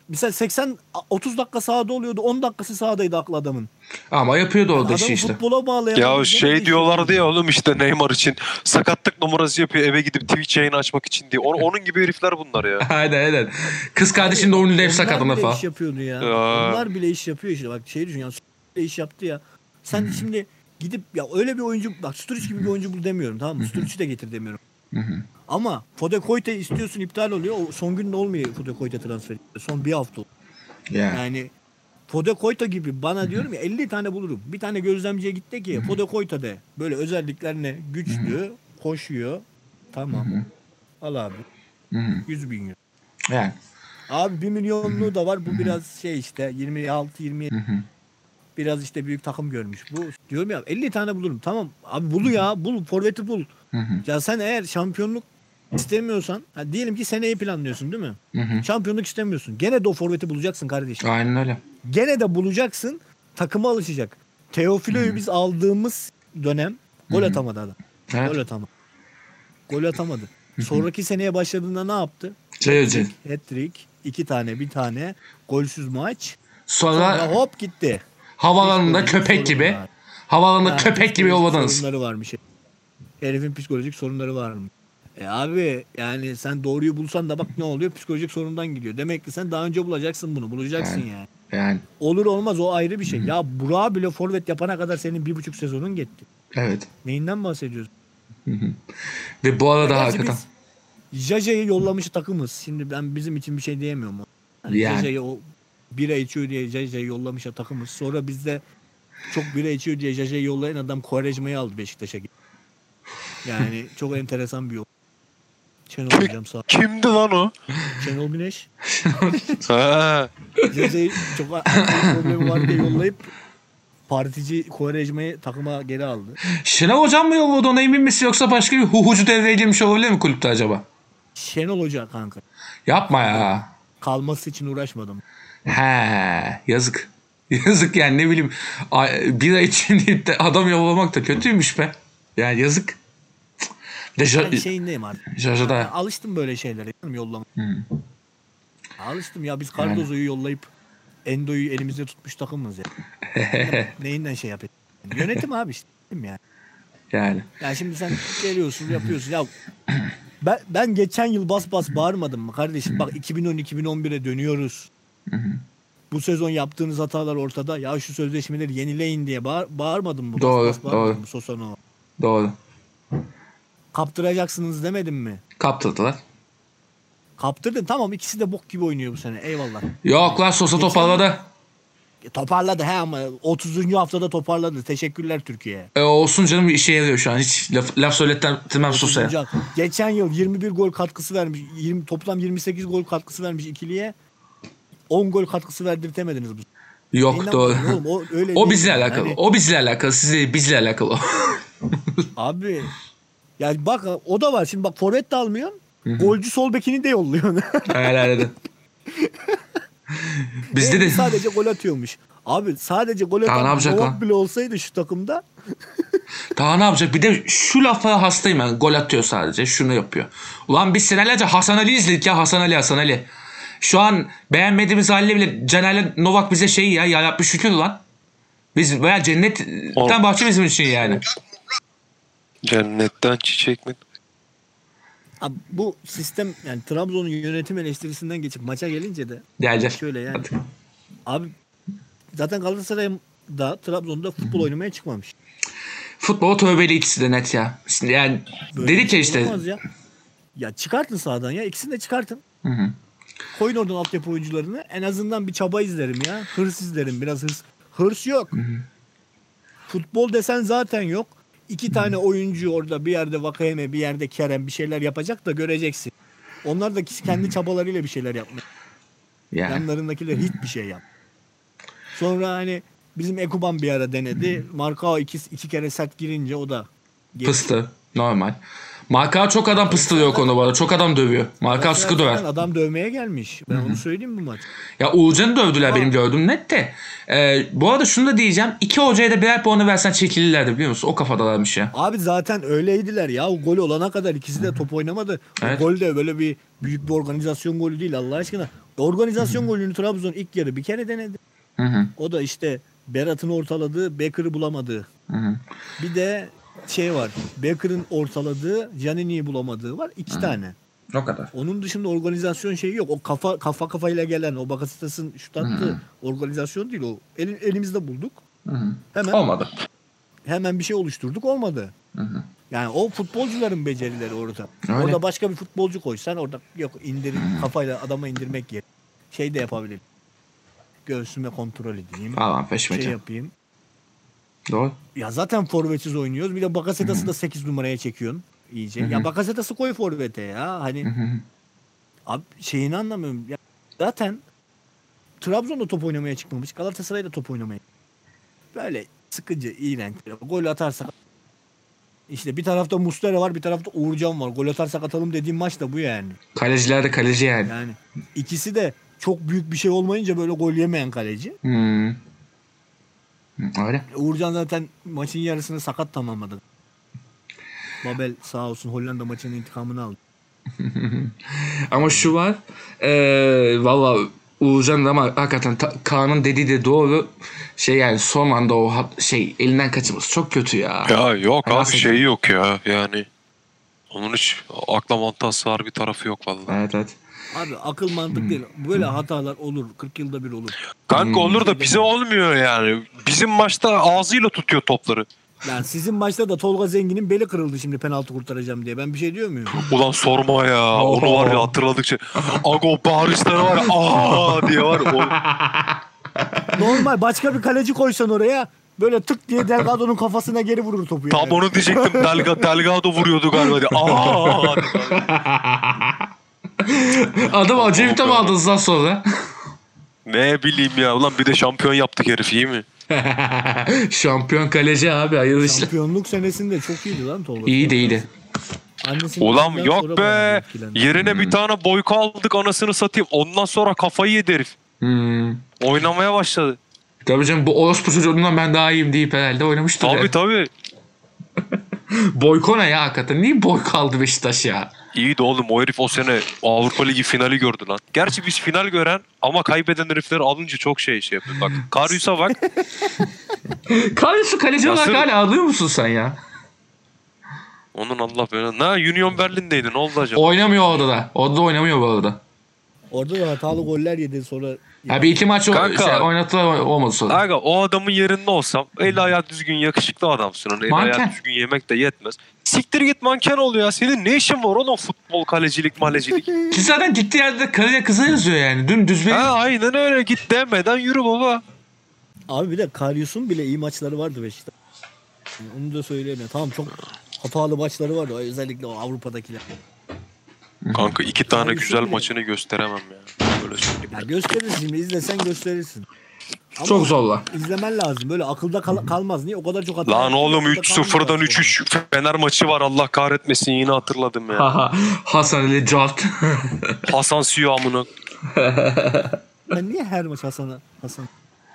mesela 30 dakika sahada oluyordu. 10 dakikası sahadaydı aklı adamın. Ama yapıyordu orada Adamı işi işte. futbola bağlayan. Ya şey diyorlardı ya oğlum işte Neymar için sakatlık numarası yapıyor eve gidip Twitch yayını açmak için diye. Onun gibi herifler bunlar ya. Aynen. Kız kardeşin de oyununda hep sakat ona Onlar bile falan. iş yapıyordu ya. Ya. Onlar bile iş yapıyor işte. Bak şey düşün ya. Bile iş yaptı ya. Sen şimdi gidip ya öyle bir oyuncu bak Sturridge gibi bir oyuncu bul demiyorum tamam mı? Sturridge'i de getir demiyorum. Ama Fode Koyte istiyorsun iptal oluyor. O son gün de olmuyor Fode Koyte transferi. Son bir hafta oldu. Yani Fode Koyta gibi bana diyorum ya 50 tane bulurum. Bir tane gözlemciye gitti ki Fode Koyta de böyle özelliklerine güçlü, koşuyor. Tamam. Al abi. 100 bin euro. Yani. Abi 1 milyonluğu da var. Bu biraz şey işte 26-27 biraz işte büyük takım görmüş. Bu diyorum ya 50 tane bulurum. Tamam abi bulu ya bul. Forvet'i bul. Ya sen eğer şampiyonluk istemiyorsan diyelim ki seneyi planlıyorsun değil mi? Şampiyonluk istemiyorsun. Gene de o forveti bulacaksın kardeşim. Aynen öyle. Gene de bulacaksın. Takıma alışacak. Teofilo'yu biz aldığımız dönem gol atamadı adam. Evet. Gol atamadı. Sonraki seneye başladığında ne yaptı? Hat-trick, 2 tane, 1 tane, golsüz maç. Sonra hop gitti. Havalarında köpek gibi. Havalarında köpek gibi yolladınız. Sorunları varmış. Herifin psikolojik sorunları varmış. Abi yani sen doğruyu bulsan da bak ne oluyor? Psikolojik sorundan gidiyor. Demek ki sen daha önce bulacaksın bunu. Bulacaksın Yani. Olur olmaz o ayrı bir şey. Ya Burak'ı bile forvet yapana kadar senin 1,5 sezonun gitti. Evet. Neyinden bahsediyorsun? Ve bu arada hakikaten. Jaja'yı yollamış takımız. Şimdi ben bizim için bir şey diyemiyorum. Yani. Jaja'yı o bira içiyor diye Jaja'yı yollamış takımız. Sonra bizde çok bira içiyor diye Jaja'yı yollayan adam Quaresma'yı aldı Beşiktaş'a. Yani çok enteresan bir yol. Şenol hocam sağ ol. Kimdi lan o? Şenol Güneş. Ha. Jaja'yı çok problemi var diye yollayıp partici Quaresma'yı takıma geri aldı. Şenol hocam mı yolladı ona emin misin yoksa başka bir huhucu devreye girmiş olabilir mi kulüpte acaba? Şenol Hoca kanka. Yapma ya. Kalması için uğraşmadım. He, yazık. Yazık yani ne bileyim bira için deyip de adam yollamak da kötüymüş be. Yani yazık. Ben şeyindeyim artık. Jaja'da. Yani alıştım böyle şeylere. Yollama. Alıştım ya biz Cardozo'yu yollayıp Endo'yu elimizde tutmuş takımız ya. Neyinden şey yapıyor? Yönetim abi işte. Yani. Ya şimdi sen geliyorsun yapıyorsun. Ya ben geçen yıl bas bas bağırmadım mı kardeşim? Bak 2010-2011'e dönüyoruz. Bu sezon yaptığınız hatalar ortada. Ya şu sözleşmeleri yenileyin diye bağırmadım mı? Doğru, Bas bas bağırmadım mı Sosano? Doğru. Kaptıracaksınız demedim mi? Kaptırdılar. Kaptırdın tamam ikisi de bok gibi oynuyor bu sene eyvallah. Yok lan Sosa toparladı. Toparladı ama 30. haftada toparladı. Teşekkürler Türkiye'ye. Olsun canım bir işe yarıyor şu an. Hiç laf söyletmem Sosa'ya. Geçen yıl 21 gol katkısı vermiş. Toplam 28 gol katkısı vermiş ikiliye. 10 gol katkısı verdirtemediniz bu. Yok doğru. Oğlum, o bizle alakalı. Yani... O bizle alakalı. Bizle alakalı. Abi yani bak o da var. Şimdi bak forvet de almıyorsun. Golcü sol bekini de yolluyorsun. Aynen. Bizde de sadece gol atıyormuş. Abi sadece gol atan Novak bile olsaydı şu takımda. Daha ne yapacak? Bir de şu lafa hastayım ben. Gol atıyor sadece. Şunu yapıyor. Ulan biz senelerce Hasan Ali izledik ya. Hasan Ali. Şu an beğenmediğimiz haliyle bile Caner'le Novak bize şey ya yapmış şükür lan. Biz bayağı cennetten bahçe bizim için yani. Cennetten çiçek mi? Abi bu sistem yani Trabzon'un yönetim eleştirisinden geçip maça gelince de şöyle yani. Hadi. Abi zaten Galatasaray'da Trabzon'da futbol oynamaya çıkmamış. Futbol tövbeli ikisi de net ya. Yani böyle dedik ya işte. Ya çıkartın sahadan ya ikisini de çıkartın. Koyun oradan altyapı oyuncularını en azından bir çaba izlerim ya. Hırs izlerim biraz hırs. Hırs yok. Futbol desen zaten yok. 2 tane oyuncu orada bir yerde Vakayeme bir yerde Kerem bir şeyler yapacak da göreceksin. Onlar da kendi çabalarıyla bir şeyler yapmıyor. Yani. Yanlarındakiler hiçbir şey yap. Sonra hani bizim Ekuban bir ara denedi. Markao iki kere sert girince o da pıstı. Normal. Markao çok adam pıstılıyor konu bu arada. Çok adam dövüyor. Markao sıkı döver. Adam dövmeye gelmiş. Ben onu söyleyeyim bu maç. Ya Uğurcan'ı dövdüler benim gördüğüm net de. Bu arada şunu da diyeceğim. 2 hocaya da birer puanı versen çekilirlerdi biliyor musun? O kafadalarmış ya. Abi zaten öyleydiler ya. O gol olana kadar ikisi de top oynamadı. Evet. O gol de böyle bir büyük bir organizasyon golü değil Allah aşkına. Organizasyon golünü Trabzon ilk yarı bir kere denedi. Hı hı. O da işte Berat'ın ortaladığı, Becker'ı bulamadığı. Hı hı. Bir de şey var. Becker'ın ortaladığı, Canini'yi bulamadığı var. 2 tane. O kadar. Onun dışında organizasyon şeyi yok. O kafayla gelen, o Bakasetas'ın şut attığı organizasyon değil o. Elimizde bulduk. Hı hı. Hemen Olmadı. hemen bir şey oluşturduk, olmadı. Hı hı. Yani o futbolcuların becerileri orada. Öyle. Orada başka bir futbolcu koysan orada yok kafayla adama indirmek yerine şey de yapabilirim. Göğsüme kontrol edeyim. Falan Şey peşmece. yapayım. Doğru. Ya zaten forvetsiz oynuyoruz. Bir de Bakasetas'ı da 8 numaraya çekiyorsun iyice. Ya Bakasetas'ı koy forvete ya. Hani Hı hı. abi şeyini anlamıyorum. Ya zaten Trabzon'da top oynamaya çıkmamış. Galatasaray'da top oynamaya. Böyle sıkıcı, iğrenç. Gol atarsak işte bir tarafta Muslera var, bir tarafta Uğurcan var. Gol atarsak atalım dediğim maç da bu yani. Kaleciler de kaleci yani. Yani ikisi de çok büyük bir şey olmayınca böyle gol yemeyen kaleci. Hı. Öyle. Uğurcan zaten maçın yarısını sakat tamamladı. Babel sağ olsun Hollanda maçının intikamını aldı. Ama şu var. Valla Uğurcan da ama hakikaten Kaan'ın dediği de doğru. Şey yani son anda o elinden kaçırması çok kötü ya. Ya yok abi Nasıl? şeyi yok ya yani. Onun hiç akla mantığa sığar bir tarafı yok vallahi. Evet evet. Abi akıl mantık değil. Böyle hatalar olur. 40 yılda bir olur. Kanka olur da bize olmuyor yani. Bizim maçta ağzıyla tutuyor topları. Yani sizin maçta da Tolga Zengin'in beli kırıldı şimdi penaltı kurtaracağım diye. Ben bir şey diyor muyum? Ulan sorma ya. Onu var ya hatırladıkça. Ago bağırışları var ya. Aa diye var. O... Normal başka bir kaleci koysan oraya böyle tık diye Delgado'nun kafasına geri vurur topu. Tam Yani. onu diyecektim. Delgado vuruyordu galiba diye. Aa. Adam acayip mi aldınız lan sonra? Ne bileyim ya. Ulan bir de şampiyon yaptık herif iyi mi? Şampiyon kaleci abi hayırlı işler. Şampiyonluk senesinde çok iyiydi lan Tolga. İyiydi iyiydi. Annesinin Ulan elinden yok sonra be. bayağı etkilendi. Yerine bir tane boyka aldık anasını satayım. Ondan sonra kafayı yedi herif. Hmm. Oynamaya başladı. Tabii canım bu orospu çocuğundan ben daha iyiyim deyip herhalde oynamıştır. Tabii ya. tabii. Boyko ne ya hakikaten? Niye boyko aldı Beşiktaş ya? İyi de oğlum o herif o sene Avrupa Ligi finali gördü lan. Gerçi biz final gören ama kaybeden herifleri alınca çok şey yapıyor. Bak Karius'a bak. Karius'u kaleci olarak Nasıl? hala alıyor musun sen ya? Onun Allah belanı. Ne Union Berlin'deydi ne oldu acaba? Oynamıyor orada da. Orada da oynamıyor bu arada. Orada da hatalı goller yedi sonra. Ya bir iki maç Kanka. oynattılar olmadı sonra. Aga o adamın yerinde olsam el ayağı düzgün yakışıklı adamsın. El Manken. ayağı düzgün yemek de yetmez. Siktir git manken ol ya. Senin ne işin var oğlum futbol kalecilik malecilik. Ki zaten gittiği yerde karıya kıza yazıyor yani. Dümdüz bir... Ha aynen öyle git demeden yürü baba. Abi bir de Karius'un bile iyi maçları vardı Beşiktaş. Yani onu da söyleyeyim ya. Tamam çok hatalı maçları vardı. Özellikle o Avrupa'dakiler. Kanka 2 tane Karius'un güzel bile- maçını gösteremem ya. Böyle söyleyeyim. Ya gösterirsin şimdi izlesen gösterirsin. Ama Çok zorla. İzlemen lazım. Böyle akılda kalmaz. Niye? O kadar çok hata. Lan oğlum Akılda 3-0'dan kalmıyor 3-3 Fener maçı var Allah kahretmesin yine hatırladım ya. Haha. Hasan Ali Cart. Hasan Siyo amına. Ben niye her maç Hasan?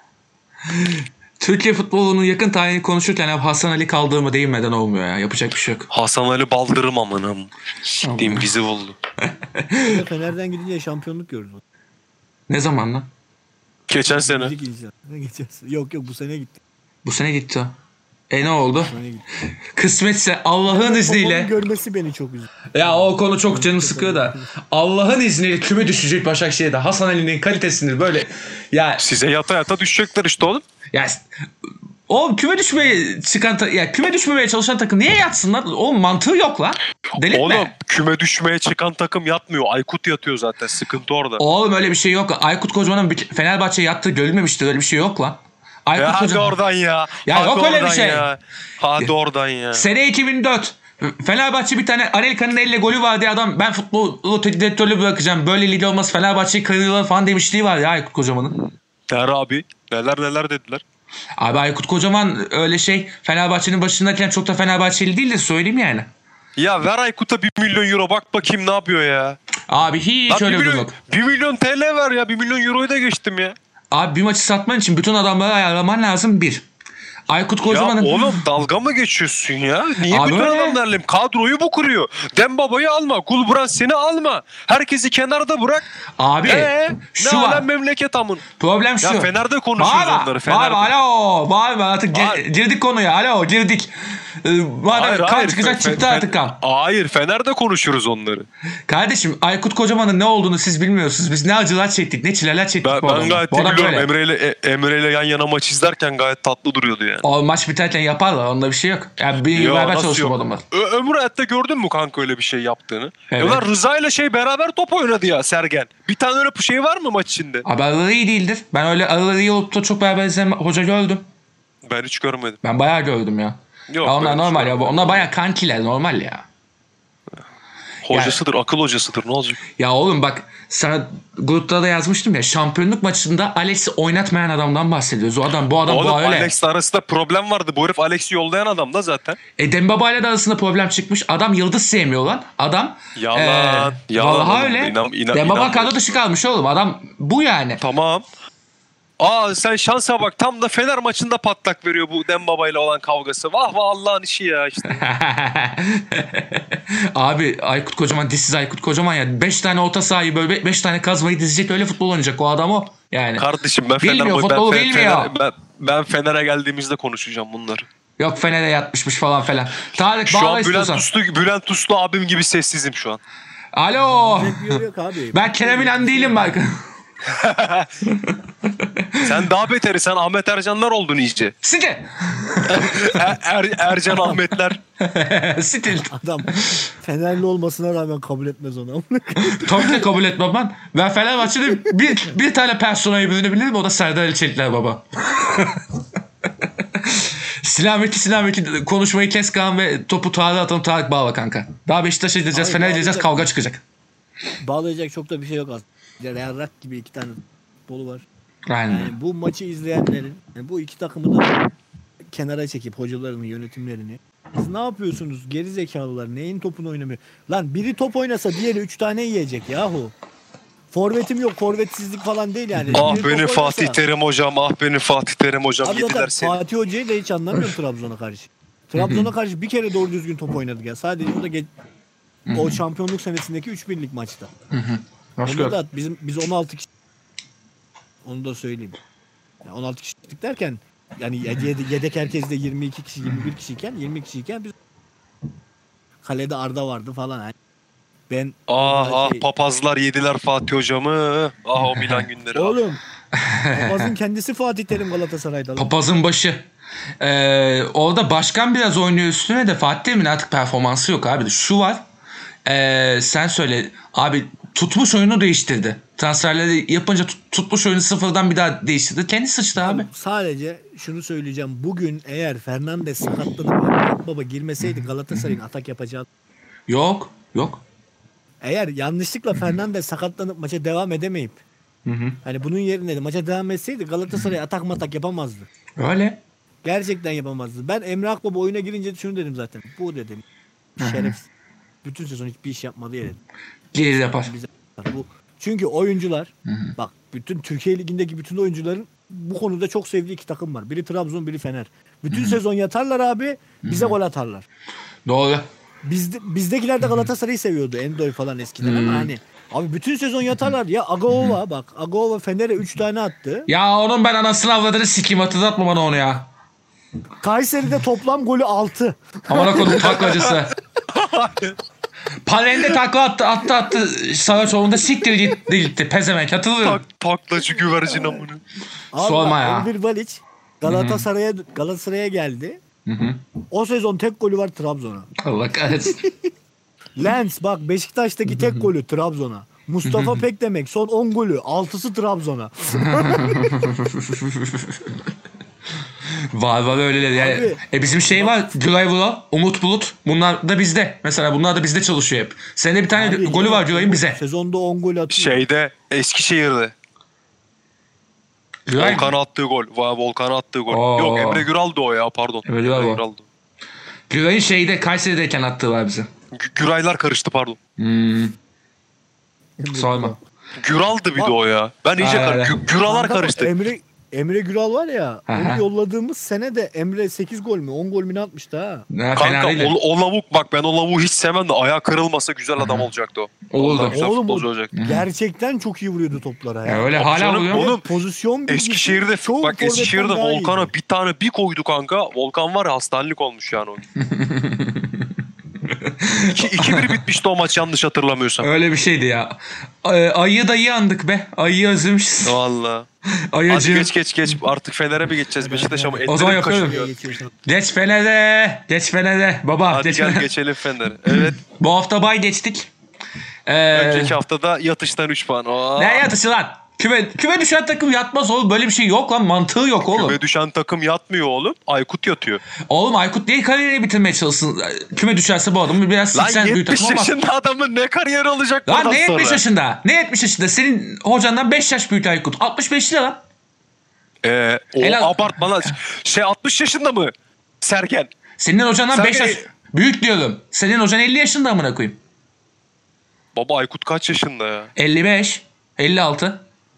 Türkiye futbolunun yakın tarihini konuşurken hep Hasan Ali kaldırma değinmeden olmuyor ya. Yapacak bir şey yok. Hasan Ali Baldırım amına. Siktiğim bizi buldu. Fener'den gidince şampiyonluk gördü. Ne zaman lan? Geçen sene. Müzik insan. Ne geçersin? Yok bu sene gitti. Bu sene gitti o. Ne oldu? Bu sene gitti. Kısmetse Allah'ın Babamın izniyle. görmesi beni çok üzdü. Ya o konu çok canım sıkıyor da. Allah'ın izniyle küme düşecek Başakşehir'de. Hasan Ali'nin kalitesini böyle. Ya Size yata yata düşecekler işte oğlum. ya o küme düşmeye çıkan ya küme düşmemeye çalışan takım niye yatsın lan? Oğlum mantığı yok lan. Delirtme. Oğlum küme düşmeye çıkan takım yatmıyor. Aykut yatıyor zaten. Sıkıntı orada. Oğlum öyle bir şey yok. Aykut Kocaman'ın Fenerbahçe'ye yattığı görülmemiştir. Öyle bir şey yok lan. Aykut Ya hadi Kocaman. oradan ya. Ya Hadi yok öyle bir oradan şey. Ya. Hadi oradan ya. Sene 2004. Fenerbahçe bir tane Anelka'nın elle golü var diye adam ben futbolu teknik direktörlüğü bırakacağım. Böyle lider olmaz Fenerbahçe'yi kırıyorlar falan demişliği var ya Aykut Kocaman'ın. Der abi. Neler dediler. Abi Aykut Kocaman öyle Fenerbahçe'nin başındayken çok da Fenerbahçeli değil de söyleyeyim yani. Ya ver Aykut'a 1 milyon euro bak bakayım ne yapıyor ya. Abi hiç Lan öyle 1 bir durum milyon, yok. 1 milyon TL ver ya 1 milyon euroyu da geçtim ya. Abi bir maçı satman için bütün adamları ayarlaman lazım bir. Aykut Ya Kocaman'ın... oğlum dalga mı geçiyorsun ya? Niye Abi bütün öyle. adamlarla kadroyu bu kuruyor? Dembaba'yı alma, Gulbrand seni alma. Herkesi kenarda bırak. Abi Ne şu var. alem memleket amın. Problem şu. Ya Fener'de konuşuyoruz onları. Fener'de. Alo. Bağırma artık Hayır. girdik konuya. Alo girdik. Madem kan çıkacak çıktı artık kan. Hayır, Fener'de konuşuyoruz onları. Kardeşim Aykut Kocaman'ın ne olduğunu siz bilmiyorsunuz. Biz ne acılar çektik, ne çileler çektik bu Ben adamla. gayet Bu iyi adam biliyorum. böyle. Emre ile yan yana maç izlerken gayet tatlı duruyordu yani. O maç biterken yaparlar. Onda bir şey yok. Yani bir Ya beraber nasıl çalıştım yok? adamlar. Ömür hayatta gördün mü kanka öyle bir şey yaptığını? Evet. Ya lan Rıza ile beraber top oynadı ya Sergen. Bir tane öyle şey var mı maç içinde? Abi araları iyi değildir. Ben öyle araları iyi olup da çok beraber izleyen hoca gördüm. Ben hiç görmedim. Ben bayağı gördüm ya. Yok, Ya onlar ben hiç normal ya. görmedim. Onlar bayağı kankiler normal ya. Hocasıdır, akıl hocasıdır, ne olacak? Ya oğlum bak sana grupta da yazmıştım ya. Şampiyonluk maçında Alex'i oynatmayan adamdan bahsediyoruz. O adam bu Oğlum öyle. Alex'le arasında problem vardı. Bu herif Alex'i yollayan adam da zaten. Dembaba ile de arasında problem çıkmış. Adam yıldız sevmiyor lan. Adam Yalan. Yalan vallahi oğlum. öyle. Dembaba İnanmıyorum. kadro dışı kalmış oğlum. Adam bu yani. Tamam. Aa sen şansa bak, tam da Fener maçında patlak veriyor bu Dembaba ile olan kavgası. Vah vah Allah'ın işi ya işte. Abi Aykut Kocaman dişsiz Aykut Kocaman ya. 5 tane orta sahayı böyle 5 tane kazmayı dizecek öyle futbol oynayacak o adam o. Yani. Kardeşim ben Bilmiyor, futbolu bilmiyor. Ben Fener'e geldiğimizde konuşacağım bunları. Yok Fener'e yatmışmış falan filan. Tarık Şu bağla an istiyorsan. Bülent Uslu abim gibi sessizim şu an. Alo. Yok abi. Ben Kerem İnan değilim bak. Sen daha beteri, sen Ahmet Ercanlar oldun iyice. Stil. Ercan Ahmetler. Stil. Adam Fenerli olmasına rağmen kabul etmez onu. Tabii ki kabul etmem ben. Ben Fenerbahçe'de bir tane personayı bilirim, o da Serdar Ali Çelikler baba. Silameti konuşmayı kes Kaan ve topu Tarık'a atalım, Tarık bağla kanka. Daha Beşiktaş'a gideceğiz, Hayır, Fener'e gideceğiz, bağlayacak- kavga çıkacak. Bağlayacak çok da bir şey yok aslında. Real Rak gibi 2 tane futbolu var. Aynen. Yani bu maçı izleyenlerin, yani bu iki takımı da kenara çekip hocalarını, yönetimlerini, siz ne yapıyorsunuz geri zekalılar, neyin topunu oynamıyor? Lan biri top oynasa diğeri 3 tane yiyecek yahu. Forvetim yok, forvetsizlik falan değil yani. Ah Biri top benim oynasa- Fatih Terim hocam, ah benim Fatih Terim hocam, Abi yediler zaten seni. Fatih Hoca'yı da hiç anlamıyorum Trabzon'a karşı. Trabzon'a karşı bir kere doğru düzgün top oynadık ya. Sadece o da o şampiyonluk senesindeki 3-1'lik maçta. Onda da biz 16 kişi, onu da söyleyeyim. Yani 16 kişilik derken yani yedek herkes de 22 kişi 21 kişiyken 20 kişiyken biz kalede Arda vardı falan. Yani ben Ah şey- papazlar yediler Fatih hocamı. Ah o Milan günleri. oğlum papazın kendisi Fatih Terim Galatasaray'da. lan. Papazın başı. Orada başkan biraz oynuyor üstüne de Fatih Terim'in artık performansı yok abi. Şu var. Sen söyle abi, tutmuş oyunu değiştirdi. Transferleri yapınca tutmuş oyunu sıfırdan bir daha değiştirdi. Kendi sıçtı abi. Sadece şunu söyleyeceğim. Bugün eğer Fernandes sakatlanıp Murat Baba girmeseydi Galatasaray'ın atak yapacağı. Yok. Eğer yanlışlıkla Fernandes sakatlanıp maça devam edemeyip hani bunun yerine de maça devam etseydi Galatasaray atak matak yapamazdı. Öyle. Gerçekten yapamazdı. Ben Emre Akbaba oyuna girince şunu dedim zaten. Bu dedim. Şeref. Bütün sezon hiçbir iş yapmadı ya dedim. Geri yapar. Bize bu. Çünkü oyuncular bak bütün Türkiye Ligi'ndeki bütün oyuncuların bu konuda çok sevdiği iki takım var. Biri Trabzon, biri Fener. Bütün sezon yatarlar abi, bize gol atarlar. Doğru. Bizdekiler de Galatasaray'ı seviyordu. Endoy falan eskiden ama hani abi bütün sezon yatarlar ya. Agaova bak. Agaova Fener'e 3 tane attı. Ya onun ben anasını avladığını sikeyim, hatırlatma bana onu ya. Kayseri'de toplam golü 6. Amına koydum taklacısı. Palende takla attı. Saraçoğlu'nda siktir gitti. Pezevenk, hatırlıyorum. Taklacı güvercin amını. Sorma ya. Elvir Valic Galatasaray'a geldi. O sezon tek golü var Trabzon'a. Allah kahretsin. Lens bak Beşiktaş'taki tek golü Trabzon'a. Mustafa Pek demek son 10 golü 6'sı Trabzon'a. Var öyleleri yani. Bizim şey var, Güray Vural, Umut Bulut, bunlar da bizde. Mesela bunlar da bizde çalışıyor hep. Senin bir tane Abi, golü var Güray'ın bize. Sezonda 10 gol atıyor. Şeyde Eskişehir'de. Güray. Volkan'a attığı gol. Volkan'a attığı gol. Oo. Yok Emre Güral'dı o ya, pardon. Emre Güral o. Güral'dı. Güray'ın şeyde Kayseri'deyken attığı var bize. Güraylar karıştı pardon. Sorma. Güral'dı bir de o ya. Ben iyice Aynen. Güralar Kanka, karıştı. Emre Güral var ya, Aha. onu yolladığımız sene de Emre 8 gol mü 10 gol mü ne atmıştı ha? Ne, fena Kanka değil. o lavuk bak, ben o lavuğu hiç sevmem de ayağı kırılmasa güzel adam olacaktı o. Oldu. Vallahi güzel Oğlum futbolcu o olacaktı. gerçekten çok iyi vuruyordu toplara ya. Ya öyle Tabii hala canım, vuruyor. oğlum. Pozisyon bilgisi Eskişehir'de çoğu bak, Eskişehir'de forvetten daha iyi. Volkan'a bir tane bir koydu kanka. Volkan var ya, hastanelik olmuş yani o gün. 2-1 bitmişti o maç yanlış hatırlamıyorsam. Öyle bir şeydi ya. Ayı da iyi andık be. Ayıyı özlemişiz. Valla. Hadi Ayıcığım. geç. Artık Fener'e bir geçeceğiz Beşiktaş ama O zaman ellerim yapıyorum. kaşınıyor. Geçiyorsun. Geç Fener'e. Geç Fener'e. Baba Hadi geç gel Fener'e. geçelim Fener'e. Evet. Bu hafta bay geçtik. Önceki haftada yatıştan 3 puan. Oo. Ne yatışı lan? Küme düşen takım yatmaz oğlum. Böyle bir şey yok lan. Mantığı yok oğlum. Küme düşen takım yatmıyor oğlum. Aykut yatıyor. Oğlum Aykut niye kariyerini bitirmeye çalışsın? Küme düşerse bu adamı biraz Lan siksen büyük 70 takım olmaz. yaşında adamın ne kariyeri olacak Lan bundan ne 70 sonra? yaşında? Ne 70 yaşında? Senin hocandan 5 yaş büyük Aykut. 65'li lan. O Helal. abartma lan. 60 yaşında mı? Sergen. Senin hocandan Sen 5 yaş de- büyük diyorum. Senin hocan 50 yaşında amına koyayım. Baba Aykut kaç yaşında ya? 55, 56.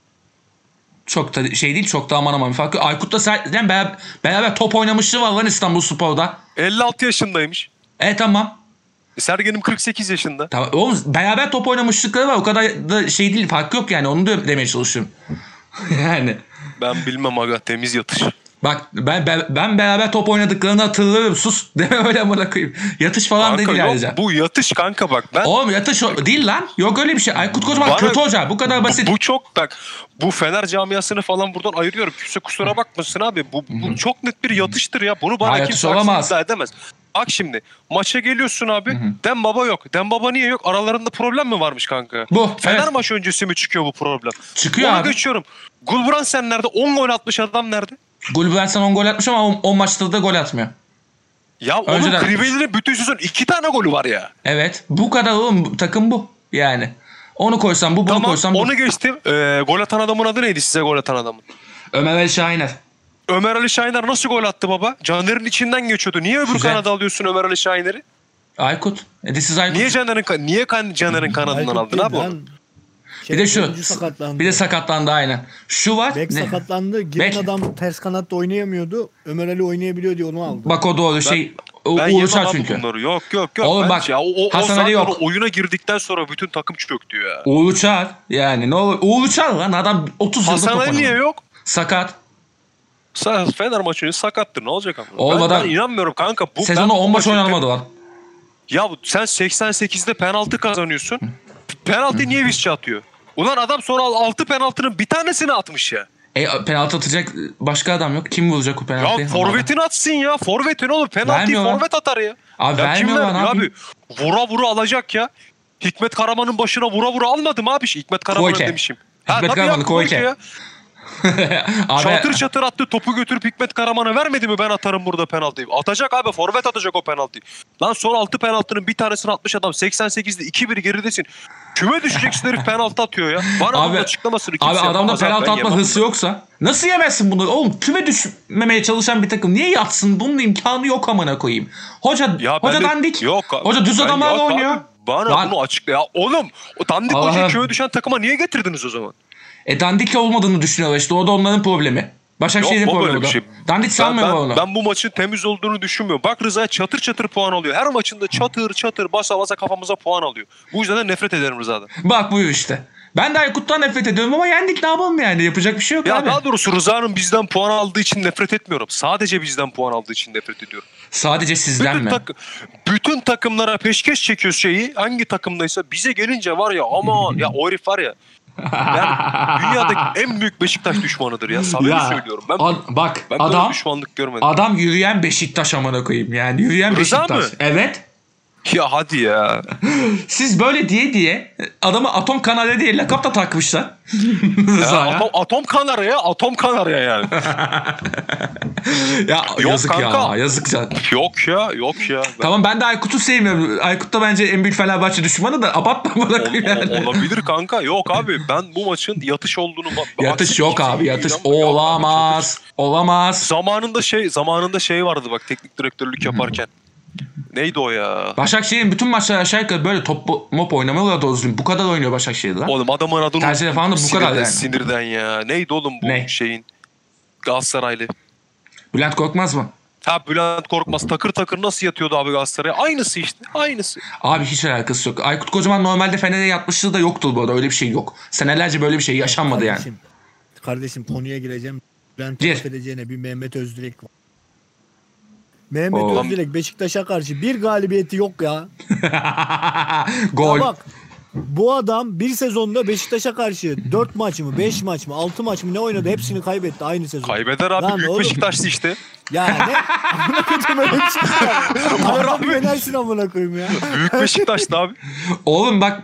Çok da şey değil, çok da aman aman bir farkı. Aykut'la zaten beraber top oynamışlığı var lan İstanbulspor'da. 56 yaşındaymış. Tamam. Sergen'im 48 yaşında. Tamam. Oğlum beraber top oynamışlıkları var. O kadar da şey değil, fark yok yani. Onu da demeye çalışıyorum. Yani. Ben bilmem aga, temiz yatış. Bak ben beraber top oynadıklarını hatırlarım. Sus deme öyle amına koyayım. Yatış falan Kanka değil yok, ayrıca. bu yatış kanka bak. Ben Oğlum yatış değil lan. Yok öyle bir şey. Aykut Kocaman Bana- kötü hoca. Bu kadar basit. bu çok bak, bu Fener camiasını falan buradan ayırıyorum. Kimse kusura bakmasın abi. Bu çok net bir yatıştır ya. Bunu bana Ha, yatış kimse haksız olamaz. iddia edemez. Bak şimdi maça geliyorsun abi. Dembaba yok. Dembaba niye yok? Aralarında problem mi varmış kanka? Bu, Fener evet. maçı öncesi mi çıkıyor bu problem? Çıkıyor Onu abi. geçiyorum. Gulbransen nerede? 10 gol atmış adam nerede? Gulbenson 10 gol atmış ama 10 maçta da gol atmıyor. Ya onun Önceden- Kriveli'nin bütün sezon 2 tane golü var ya. Evet. Bu kadar oğlum. Takım bu. Yani. Onu koysam bu, bunu Tamam, koysam bu. onu geçtim. Gol atan adamın adı neydi size, gol atan adamın? Ömer Ali Şahiner. Ömer Ali Şahiner nasıl gol attı baba? Caner'in içinden geçiyordu. Niye öbür Güzel. kanada alıyorsun Ömer Ali Şahiner'i? Aykut. This is Aykut. Niye Caner'in kanadından Aykut aldın değil abi onu? lan. Bir de şu. oyuncu sakatlandı. Bir de sakatlandı aynen. Şu var. Bek ne? sakatlandı. Giren Bek. adam ters kanatta oynayamıyordu. Ömer Ali oynayabiliyor diye onu aldı. Bak o doğru şey. Ben Uğur yemem Uçar abi çünkü. bunları. Yok. Oğlum Ben bak, ya, o Hasan Ali zaten yok. o oyuna girdikten sonra bütün takım çöktü ya. Uğur Uçar. Yani ne olur. Uğur Uçar lan adam 30 yıldır Hasan top Ali niye oynadı. yok? Sakat. Fener maçı sakattır, ne olacak ama? Oğlum Ben adam- inanmıyorum kanka. Sezonu 10 maç oynanamadı lan. Ya sen 88'de penaltı kazanıyorsun. Penaltı niye Visca atıyor? Ulan adam sonra 6 penaltının bir tanesini atmış ya. Penaltı atacak başka adam yok. Kim vuracak o penaltıyı? Ya forvetin atsın ya. Forvetin oğlum. Penaltıyı Vermiyor lan. forvet atar ya. Abi Ya kim vermiyor lan vermiyor abi. abi? Vura alacak ya. Hikmet Karaman'ın başına vura almadım abi. Hikmet Karaman'ın Koyke. demişim. Hikmet tabii Karaman'ı ya, Koyke. ya. Abi, Çatır attı, topu götürüp Hikmet Karaman'a vermedi mi, ben atarım burada penaltıyı. Atacak abi, forvet atacak o penaltıyı. Lan son 6 penaltının bir tanesini atmış adam. 88'de 2-1 geridesin. Küme düşeceksin herif penaltı atıyor ya. Bana Abi- bunun açıklamasını kimse Abi adamda yapamaz abi, penaltı ben atma yemem hırsı bunu. yoksa nasıl yemezsin bunu? Oğlum küme düşmemeye çalışan bir takım niye yatsın? Bunun imkanı yok amına koyayım. Hoca Ya ben de- dandik. Yok abi. Hoca düz Ben- adamlarla yok abi, oynuyor. Bana Lan. bunu açıkla ya. Oğlum o dandik Allah'ım. hocayı küme düşen takıma niye getirdiniz o zaman? Dandik olmadığını düşünüyorlar işte. O da onların problemi. Başakşehir'in Yok baba, problemi öyle o bir da. şey. Dandik sanmıyor onu. Ben bu maçın temiz olduğunu düşünmüyorum. Bak Rıza çatır puan alıyor. Her maçında çatır basa kafamıza puan alıyor. Bu yüzden de nefret ederim Rıza'dan. Bak buyur işte. Ben de Aykut'tan nefret ediyorum ama yendik, ne yapalım yani? Yapacak bir şey yok Ya abi. daha doğrusu Rıza'nın bizden puan aldığı için nefret etmiyorum. Sadece bizden puan aldığı için nefret ediyorum. Sadece sizden mi? Bütün takımlara peşkeş çekiyor şeyi. Hangi takımdaysa bize gelince var ya, aman ya o herif var ya. Ben dünyadaki en büyük Beşiktaş düşmanıdır ya. Samimi Ya, söylüyorum. Ben bak böyle adam düşmanlık görmedim. adam yürüyen Beşiktaş amına koyayım yani. Yürüyen Rıza Beşiktaş. mı? Evet. Ya hadi ya. Siz böyle diye adamı atom kanalı diye lakap da takmışlar. Ya Rıza'ya. atom kanarya yani. Ya Yok yazık kanka. ya, yazık ya. Yok ya. Tamam ben de Aykut'u sevmiyorum. Aykut da bence en büyük Fenerbahçe düşmanı da abartma bırakayım yani. Olabilir kanka. Yok abi, ben bu maçın yatış olduğunu... Yatış Aksine yok kimse abi, yatış inanmıyor. Yok abi, olamaz. Olamaz. Zamanında şey vardı bak, teknik direktörlük yaparken. Neydi o ya? Başakşehir'in bütün maçları aşağı yukarı böyle top mop oynamıyorlar doğru düzgün. Bu kadar oynuyor Başakşehir lan. Oğlum adamın adını Tercihleri falan da bu kadar yani. Sinirden ya. Neydi oğlum bu Ne? şeyin? Galatasaraylı. Bülent Korkmaz mı? Ha Bülent Korkmaz takır takır nasıl yatıyordu abi Galatasaray'a? Aynısı işte. Aynısı. Abi hiç alakası yok. Aykut Kocaman normalde Fener'e yatmışlığı da yoktu bu arada. Öyle bir şey yok. Senelerce böyle bir şey yaşanmadı yani. Kardeşim konuya gireceğim. Ben Gir. edeceğine bir Mehmet Özdilek var. Mehmet Oo. Özdilek Beşiktaş'a karşı bir galibiyeti yok ya. Gol. Ya bak bu adam bir sezonda Beşiktaş'a karşı 4 maç mı 5 maç mı 6 maç mı ne oynadı hepsini kaybetti aynı sezon. Kaybeder abi. Lan Büyük oğlum. Beşiktaşlı işte. Ya ne? Amına koyayım öyle bir şey var. Arada bir yenersin amına koyayım ya. Büyük Beşiktaşlı abi. Oğlum bak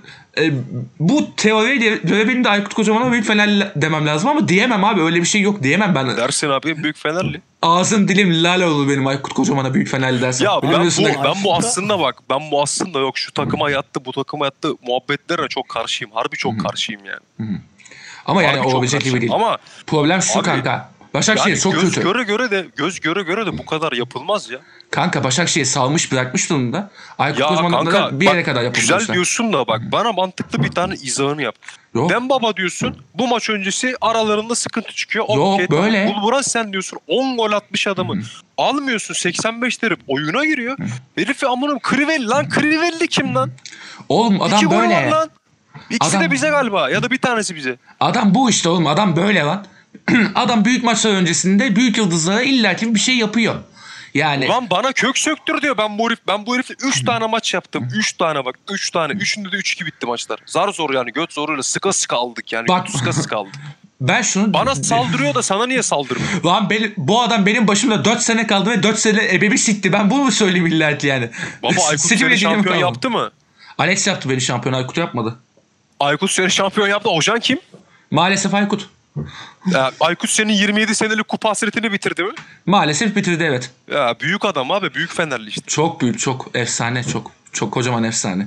bu teoriye göre benim de Aykut Kocaman'a büyük Fenerli demem lazım ama diyemem abi. Öyle bir şey yok. Diyemem ben. Dersin abi büyük Fenerli. Ağzım dilim lale olur benim Aykut Kocaman'a büyük Fenerli dersen. Ya Biliyorsun da- ben bu aslında bak. Ben bu aslında yok şu takıma yattı bu takıma yattı muhabbetlere çok karşıyım. Harbi çok karşıyım yani. Ama yani Harbi çok olabilecek gibi karşıyım. değil. Ama Problem şu Abi, kanka. Başakşehir yani çok göz kötü. göre göre de bu kadar yapılmaz ya. Kanka Başakşehir salmış bırakmış durumda. Aykut Ya Kocaman'ın kanka da bir yere bak, kadar yapılmış. güzel işte. diyorsun da bak bana mantıklı bir tane izahını yap. Yok. Dembaba diyorsun bu maç öncesi aralarında sıkıntı çıkıyor. Yok, Okey, tamam. böyle. Bulburan sen diyorsun 10 gol atmış adamı. Almıyorsun 85 derip oyuna giriyor. Herifi amınım Crivelli lan Crivelli kim lan? Oğlum adam 2 golü var böyle. lan. İkisi Adam- de bize galiba ya da bir tanesi bize. Adam bu işte oğlum. Adam böyle lan. Adam büyük maçlar öncesinde büyük yıldızlara illaki bir şey yapıyor. Yani Lan bana kök söktür diyor. Ben bu herifle 3 tane maç yaptım. 3 tane bak 3 tane. Üçünde de 3-2 bitti maçlar. Zar zor yani göt zoruyla sıka sıka aldık yani. Bak- Sıka sıka aldık. ben şunu... Bana saldırıyor da sana niye saldırmıyor? Lan bu adam benim başımda 4 sene kaldı ve 4 sene ebemi sikti. Ben bunu mu söyleyeyim illaki yani? Baba Aykut Seçim seni edilimi şampiyon kalmadı. yaptı mı? Alex yaptı beni şampiyon. Aykut yapmadı. Aykut seni şampiyon yaptı. Hocan kim? Maalesef Aykut. Aykut senin 27 senelik kupa hasretini bitirdi mi? Maalesef bitirdi evet. Ya büyük adam abi. Büyük Fenerli işte. Çok büyük, çok efsane, çok kocaman efsane.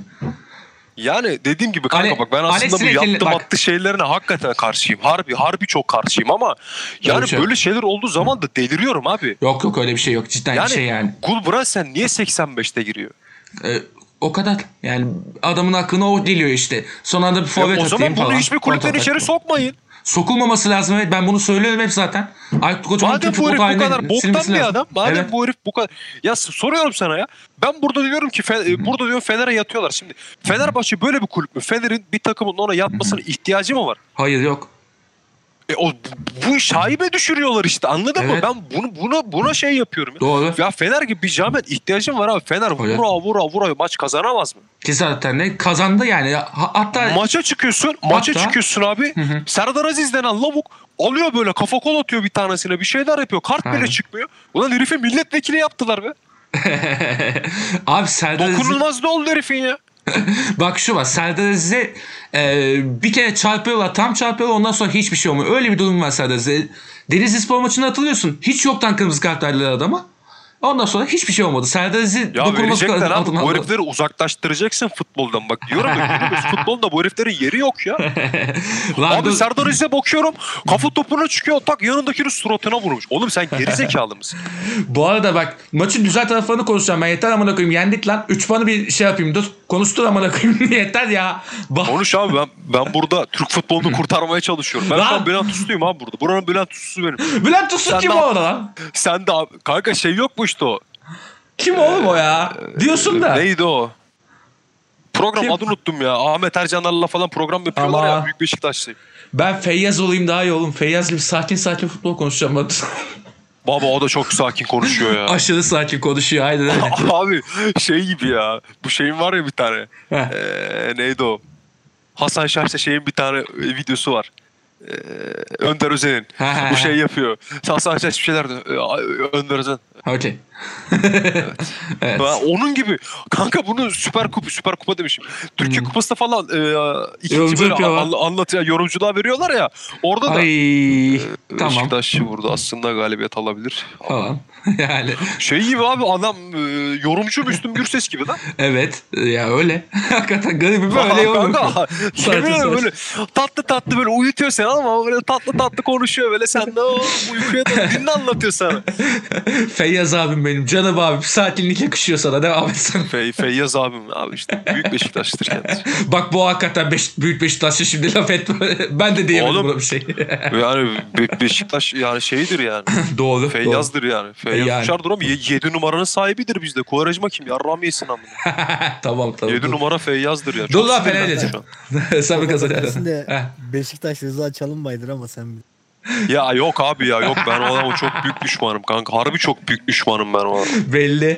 Yani dediğim gibi kanka Ale- bak ben aslında bu Alex'in yaptığım bak- attığı şeylerine hakikaten karşıyım. Harbi çok karşıyım ama yani bir şey böyle yok. şeyler olduğu zaman da deliriyorum abi. Yok öyle bir şey yok. Cidden Yani bir şey yani. Gulbrandsen niye 85'te giriyor? O kadar. Yani adamın aklına o geliyor işte. Son anda bir forvet O atayım zaman bunu falan. hiçbir kulüpten Kontratak. içeri sokmayın. Sokulmaması lazım evet. Ben bunu söylüyorum hep zaten. Aykut Kocaman Madem Türk bu herif futbol bu haline kadar silmesi boktan bir lazım. adam. Madem Evet. bu herif bu kadar... Ya soruyorum sana ya. Ben burada diyorum ki burada diyorum Fener'e yatıyorlar. Şimdi Fenerbahçe böyle bir kulüp mü? Fener'in bir takımın ona yatmasına ihtiyacı mı var? Hayır yok. Bu şaibe düşürüyorlar işte anladın Evet. mı? Ben buna şey yapıyorum. Ya. Doğru. Ya Fener gibi bir camiat ihtiyacım var abi. Fener Öyle. vura maç kazanamaz mı? Ki zaten de kazandı yani. Hatta Maça çıkıyorsun abi. Serdar Aziz denen lavuk alıyor böyle kafa kol atıyor bir tanesine bir şeyler yapıyor. Kart bile Aynen. çıkmıyor. Ulan herifi milletvekili yaptılar be. abi Serdar Aziz... Dokunulmaz ne oldu herifin ya? Bak şu var. Serdar Aziz'e bir kere çarpıyorlar. Tam çarpıyorlar. Ondan sonra hiçbir şey olmuyor. Öyle bir durum var Serdar Aziz'e. Denizlispor maçını hatırlıyorsun. Hiç yoktan kırmızı kart verdiler adama. Ondan sonra hiçbir şey olmadı. Serdar Aziz'i Ya dokunulması verecekler abi. altına Bu aldı. herifleri uzaklaştıracaksın futboldan. Bak diyorum ya günümüz futbolda bu heriflerin yeri yok ya. Lan Abi dur. Serdar Aziz'e bakıyorum. Kafa topuna çıkıyor. Tak yanındakinin suratına vurmuş. Oğlum sen geri zekalı mısın? Bu arada bak maçın güzel taraflarını konuşacağım. Ben yeter amına koyayım. Yendik lan. 3 puanı bir şey yapayım. Dur. Konuştur amına koyayım. Yeter ya. Bak. Konuş abi ben burada Türk futbolunu kurtarmaya çalışıyorum. Ben Lan! şu an Bülent Usluyum abi burada. Buranın Bülent Uslusu benim. Bülent Uslu Sen kim de- o orada lan? Sen de abi, kanka şey yok mu işte o? Kim oğlum o ya? Diyorsun da. Neydi o? Program Kim? adını unuttum ya. Ahmet Ercanlar'la falan program yapıyorlar Ama- ya. Büyük Beşiktaşlı. Ben Feyyaz olayım daha iyi oğlum. Feyyaz gibi sakin futbol konuşacağım. Bak. Baba o da çok sakin konuşuyor ya. Aşırı sakin konuşuyor. Aynen öyle. Abi şey gibi ya. Bu şeyin var ya bir tane. Heh. Neydi o? Hasan Şaş'ta şeyin bir tane videosu var. Önder Özen'in. Ha. Bu şey yapıyor. Hasan Şaş bir şeyler diyor. Önder Özen. Okey. Evet. Onun gibi. Kanka bunu Süper Kupa demişim. Türkiye Kupası'nda falan ikinci Yorumcu böyle yapıyorlar. anlatıyor. Yorumculuğa veriyorlar ya. Orada da Ay. Tamam. Beşiktaş burada aslında galibiyet alabilir. Tamam. Yani Şey gibi abi adam yorumcu Müslüm Gürses gibi lan. evet. Ya öyle. Hakikaten garibim böyle yorum. Kanka Sadece yemin ederim sadece. böyle tatlı böyle uyutuyor seni ama böyle tatlı konuşuyor böyle sen de o uykuya da dinle anlatıyor sana. Feyyaz Feyyaz abim benim. Canım abim. Sakinlik yakışıyor sana. Devam et sen. Feyyaz abim abi işte. Büyük Beşiktaşlıdır kendisi. Bak bu hakikaten büyük Beşiktaşlı, şimdi laf etme. Ben de diyemedim Oğlum, buna bir şey. Yani Beşiktaş yani şeydir yani. Doğru. Feyyaz'dır yani. Feyyaz Yani. Uçar'dır ama 7 numaranın sahibidir bizde. Quaresma kim? Yarram yesin amına. Tamam. 7 numara Feyyaz'dır ya. Dur Çok lan, sinirlendim Fener şu edeceğim. an. Sen mi Dersin kazanacaksın? de Beşiktaş Rıza Çalınbay'dır ama sen bil. Ya yok abi ya yok, ben o adama çok büyük düşmanım kanka. Harbi çok büyük düşmanım ben o adama. Belli.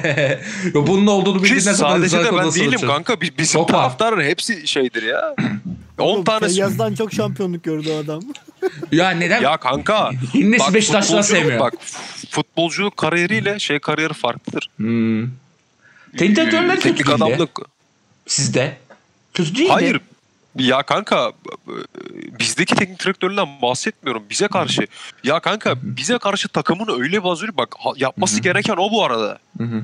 Yo, bunun olduğunu Ki bildiğinden sonra sadece de ben Zarko'da değilim soracağım. kanka. Bizim Çok var. taraftarın hepsi şeydir ya. 10 Oğlum, tanesi. Feyyaz'dan çok şampiyonluk gördü o adam. Ya neden? Ya kanka. Yine Beşiktaşlılar futbolculuk- sevmiyor. Bak futbolculuk kariyeriyle kariyeri farklıdır. Teknik direktörler kötü Teknik değildi. adamlık. Sizde. Kötü değildi. Hayır. Ya kanka bizdeki teknik direktörlerden bahsetmiyorum bize karşı. Ya kanka bize karşı takımın öyle bazı bak yapması gereken o bu arada.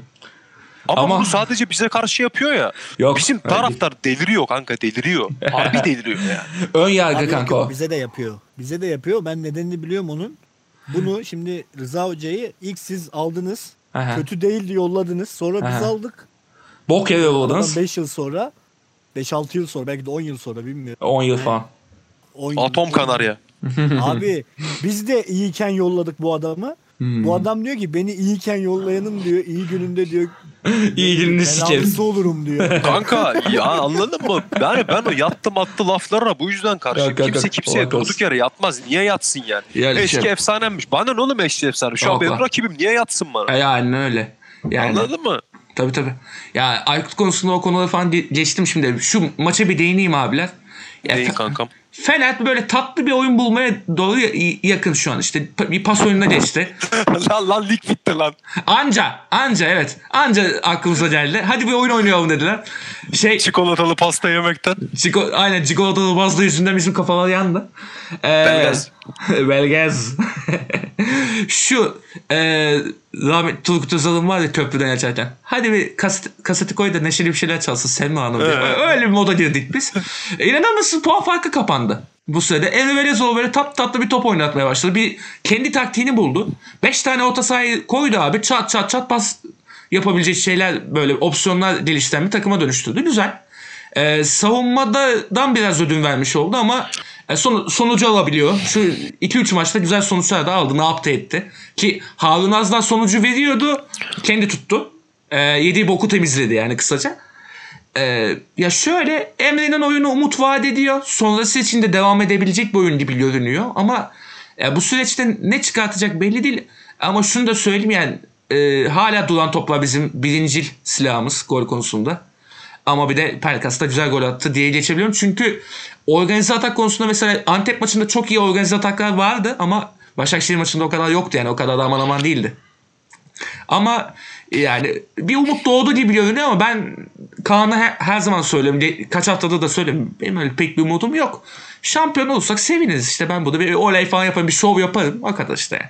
Ama Ama- bunu sadece bize karşı yapıyor ya. Yok, Bizim öyle taraftar deliriyor kanka, deliriyor. Harbi deliriyor yani. Ön yargı Abi kanka yok, o. bize de yapıyor. Bize de yapıyor. Ben nedenini biliyorum onun. Bunu şimdi Rıza Hoca'yı ilk siz aldınız. Aha. Kötü değildi, yolladınız. Sonra biz Aha. aldık. Bok yere yolladınız. 5 yıl sonra, 5-6 yıl sonra, belki de 10 yıl sonra bilmiyorum. 10 yıl falan. 10 yıl. Atom Kanarya. Abi biz de iyiyken yolladık bu adamı. Bu adam diyor ki beni iyiyken yollayanın diyor, iyi gününde diyor İyi gününü sikeriz. belalısı olurum diyor. Kanka ya anladın mı? Yani ben o yattım attı laflarına bu yüzden karşıyım. Yok, yok, Kimse yok. kimseye Olak olsun. durduk yere yatmaz. Niye yatsın yani? Yani Eski şey- efsanemmiş. Bana ne oğlum eski efsane? Şu Yok an benim lan. rakibim niye yatsın bana? Yani öyle. Yani. Anladın mı? Tabii. Ya Aykut konusunda o konuları falan geçtim şimdi. Şu maça bir değineyim abiler. Ya, Değil kankam. Fener böyle tatlı bir oyun bulmaya doğru yakın şu an. İşte bir pas oyununa geçti. lan lig bitti lan. Anca evet. Anca aklımıza geldi. Hadi bir oyun oynayalım dediler. Çikolatalı pasta yemekten. Aynen çikolatalı bazlı yüzünden bizim kafalar yandı. Belgaz. Belgaz. Şu rahmetli Turgut Özal'ın var ya köprüden geçerken. Hadi bir kaseti koy da neşeli bir şeyler çalsın Selma Hanım diye. Öyle bir moda girdik biz. İnanır mısın, puan farkı kapandı. Bu sırada Emre Belezoğlu böyle tatlı bir top oynatmaya başladı. Bir kendi taktiğini buldu. 5 tane orta sahayı koydu abi. Çat pas yapabilecek şeyler, böyle opsiyonlar geliştiren bir takıma dönüştürdü. Güzel. Savunmadan biraz ödün vermiş oldu ama sonucu alabiliyor. Şu 2-3 maçta güzel sonuçlar da aldı. Ne yaptı etti. Ki Harun Azlar sonucu veriyordu. Kendi tuttu. Yediği boku temizledi yani kısaca. Ya şöyle, Emre'nin oyunu umut vaat ediyor. Sonrası için de devam edebilecek bir oyun gibi görünüyor. Ama bu süreçte ne çıkartacak belli değil. Ama şunu da söyleyeyim yani hala duran toplar bizim birincil silahımız gol konusunda. Ama bir de Pelkas da güzel gol attı diye geçebiliyorum. Çünkü organize atak konusunda mesela Antep maçında çok iyi organize ataklar vardı ama Başakşehir maçında o kadar yoktu yani. O kadar da aman değildi. Ama yani bir umut doğdu gibi görünüyor ama ben Kaan'a her zaman söylüyorum. Kaç haftada da söylüyorum. Benim öyle pek bir umudum yok. Şampiyon olursak seviniriz. İşte ben burada bir olay falan yaparım. Bir şov yaparım. O kadar işte.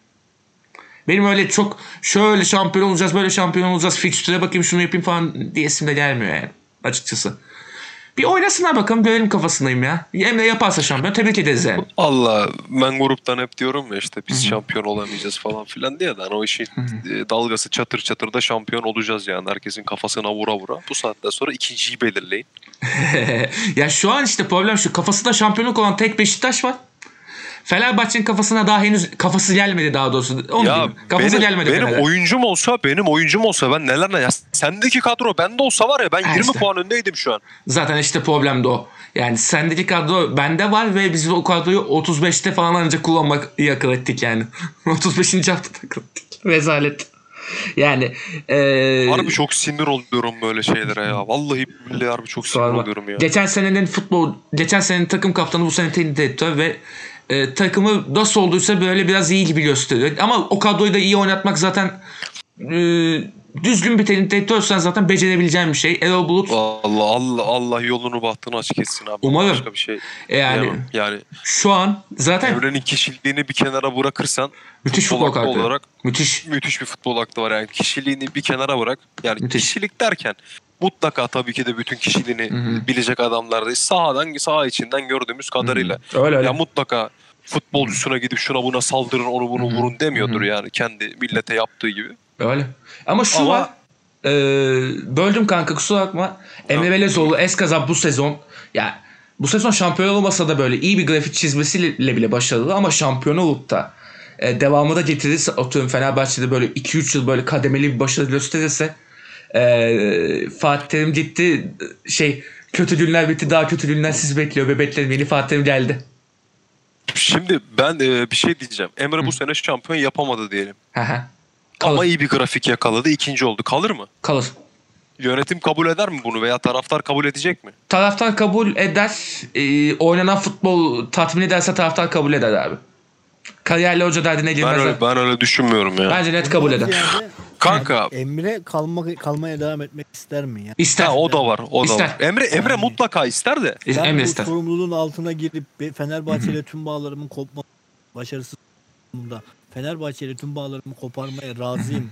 Benim öyle çok şöyle şampiyon olacağız, böyle şampiyon olacağız, fikstüre bakayım şunu yapayım falan diyesim de gelmiyor yani açıkçası. Bir oynasınlar bakalım, görelim kafasındayım ya. Emre yaparsa şampiyon tebrik ederiz yani. Allah, ben gruptan hep diyorum ya işte biz şampiyon olamayacağız falan filan diye de hani o işin dalgası çatır çatır da şampiyon olacağız yani. Herkesin kafasına vura vura. Bu saatten sonra ikinciyi belirleyin. Ya şu an işte problem şu, kafasında şampiyonluk olan tek Beşiktaş var. Fenerbahçe'nin kafasına daha henüz kafası gelmedi daha doğrusu. Onu Ya diyeyim. Kafası gelmedi benim Fener'e. oyuncum olsa ben neler ya sendeki kadro bende olsa var ya ben 20 işte. puan öndeydim şu an. Zaten işte problem de o. Yani sendeki kadro bende var ve biz o kadroyu 35'te falan ancak kullanmak akıl ettik yani. 35. haftada akıl ettik. Rezalet. Yani Harbi çok sinir oluyorum böyle şeylere ya. Vallahi billahi harbi çok sinir oluyorum ya. Geçen senenin takım kaptanı bu sene teknik direktör ve takımı nasıl olduysa böyle biraz iyi gibi gösteriyor. Ama o kadroyu da iyi oynatmak zaten düzgün bir teknik direktörsen zaten becerebileceğin bir şey. Erol Bulut Allah yolunu bahtını açık etsin abi. Umarım. Başka bir şey yani diyemem. Yani şu an zaten Emre'nin kişiliğini bir kenara bırakırsan müthiş futbol aklı aklı olarak müthiş. bir futbol aklı var. Yani kişiliğini bir kenara bırak. Yani Müthiş. kişilik derken mutlaka tabii ki de bütün kişiliğini bilecek adamlar değil. Saha içinden gördüğümüz kadarıyla. Öyle. Ya mutlaka futbolcusuna gidip şuna buna saldırın, onu bunu vurun demiyordur yani kendi millete yaptığı gibi. Öyle. Ama şu Ama- var. Böldüm kanka, kusura bakma. Emre Belezoğlu eskaza bu sezon, ya bu sezon şampiyon olmasa da böyle iyi bir grafik çizmesiyle bile başarılı, ama şampiyon olup da devamı da getirirse, atıyorum Fenerbahçe'de böyle 2-3 yıl böyle kademeli bir başarı gösterirse, Fatih Terim gitti, kötü günler bitti, daha kötü günler sizi bekliyor bebeklerim, yeni Fatih Terim geldi. Şimdi ben bir şey diyeceğim. Emre bu sene şampiyon yapamadı diyelim. Kalır. Ama iyi bir grafik yakaladı. İkinci oldu. Kalır mı? Kalır. Yönetim kabul eder mi bunu veya taraftar kabul edecek mi? Taraftar kabul eder. Oynanan futbol tatmin ederse taraftar kabul eder abi. Kariyerli hoca derdine girmez. Ben öyle düşünmüyorum ya. Bence net kabul eder. Ziyade Kanka. Emre kalmaya devam etmek ister mi ya? İster. Ha, o da var. O da İster. var. Emre mutlaka ister de. Ben Emre bu ister. sorumluluğun altına girip Fenerbahçe ile tüm bağlarımın kopma başarısız durumda Fenerbahçe ile tüm bağlarımı koparmaya razıyım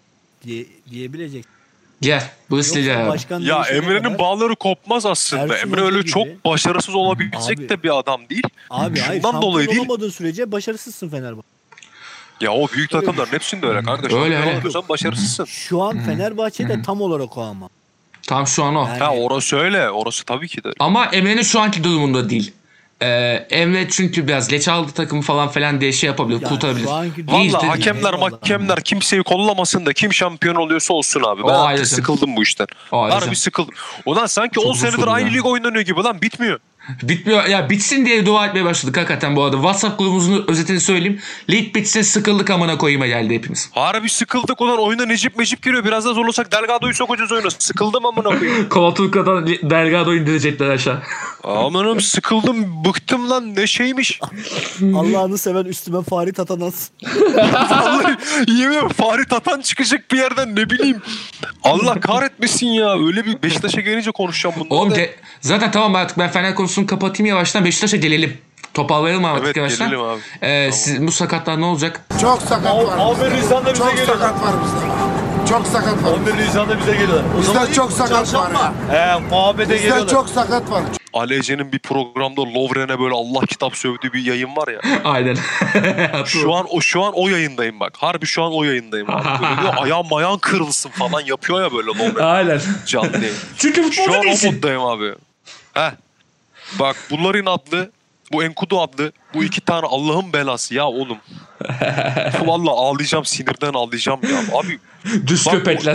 diyebilecek. Gel. Bu isteyeceği Yoksa abi. başkan Ya değişene Emre'nin kadar- bağları kopmaz aslında. Ersun Emre Hoca öyle gibi. çok başarısız olabilecek Abi. de bir adam değil. Abi hayır, Şundan dolayı değil. olamadığın sürece başarısızsın Fenerbahçe. Ya o büyük takımların hepsinde öyle kardeşim. Öyle, öyle. Olamıyorsan başarısızsın. Şu an Fenerbahçe de tam olarak o ama. Tam şu an o. Yani- Ha orası öyle. Orası tabii ki de. Ama Emre'nin şu anki durumunda değil. Emre çünkü biraz geç aldı takımı falan diye yapabilir, Ya kurtarabilir. şu anki- Değil Valla de- hakemler mahkemler kimseyi kollamasın da kim şampiyon oluyorsa olsun abi. Ben O artık ayrıca. sıkıldım bu işten. O ayrıca. Harbi sıkıldım. Ulan sanki 10 Çok senedir uzun aynı ya. lig oynanıyor gibi lan bitmiyor. Bitmiyor ya, bitsin diye dua etmeye başladık hakikaten bu arada. WhatsApp grubumuzun özetini söyleyeyim. Lig bitsin, sıkıldık amına koyayıma geldi hepimiz. Harbi sıkıldık ulan, oyuna Necip Mecip giriyor. Biraz daha zorlasak Delgado'yu sokacağız oyuna. Sıkıldım amına koyayım. Kovaturka'dan Delgado indirecekler aşağı. Amanım sıkıldım, bıktım lan, ne şeymiş. Allah'ını seven üstüme Farit Atanas. Vallahi yemin ederim Fahri Tatan çıkacak bir yerden, ne bileyim. Allah kahretmesin ya. Öyle bir Beşiktaş'a gelince konuşacağım bundan. Oğlum da. zaten tamam, artık ben Fener konusunu kapatayım yavaştan, Beşiktaş'a gelelim. Toparlayalım artık Evet, yavaştan. gelelim abi. Sizin bu sakatlar ne olacak? Çok sakat var. Abi Nisan'da bize Çok geliyor. sakat var bizde. Çok sakat var. 11 Nisan'da bize geliyorlar. O zaman Bizde çok sakat var ya. muhabbete Bizde geliyorlar. çok sakat var. Ali Ece'nin bir programda Lovren'e böyle Allah kitap sövdüğü bir yayın var ya. Aynen. Şu an o yayındayım bak. Harbi şu an o yayındayım abi. Böyle diyor, ayağın kırılsın falan yapıyor ya böyle Lovren Aynen. canlı yayın. Çünkü Şu futbolcu an o değilsin. moddayım abi. Heh. Bak bunların adlı, bu Enkudu adlı, bu iki tane Allah'ın belası ya oğlum. Vallahi ağlayacağım, sinirden ağlayacağım ya. Abi Düz Bak, köpekler.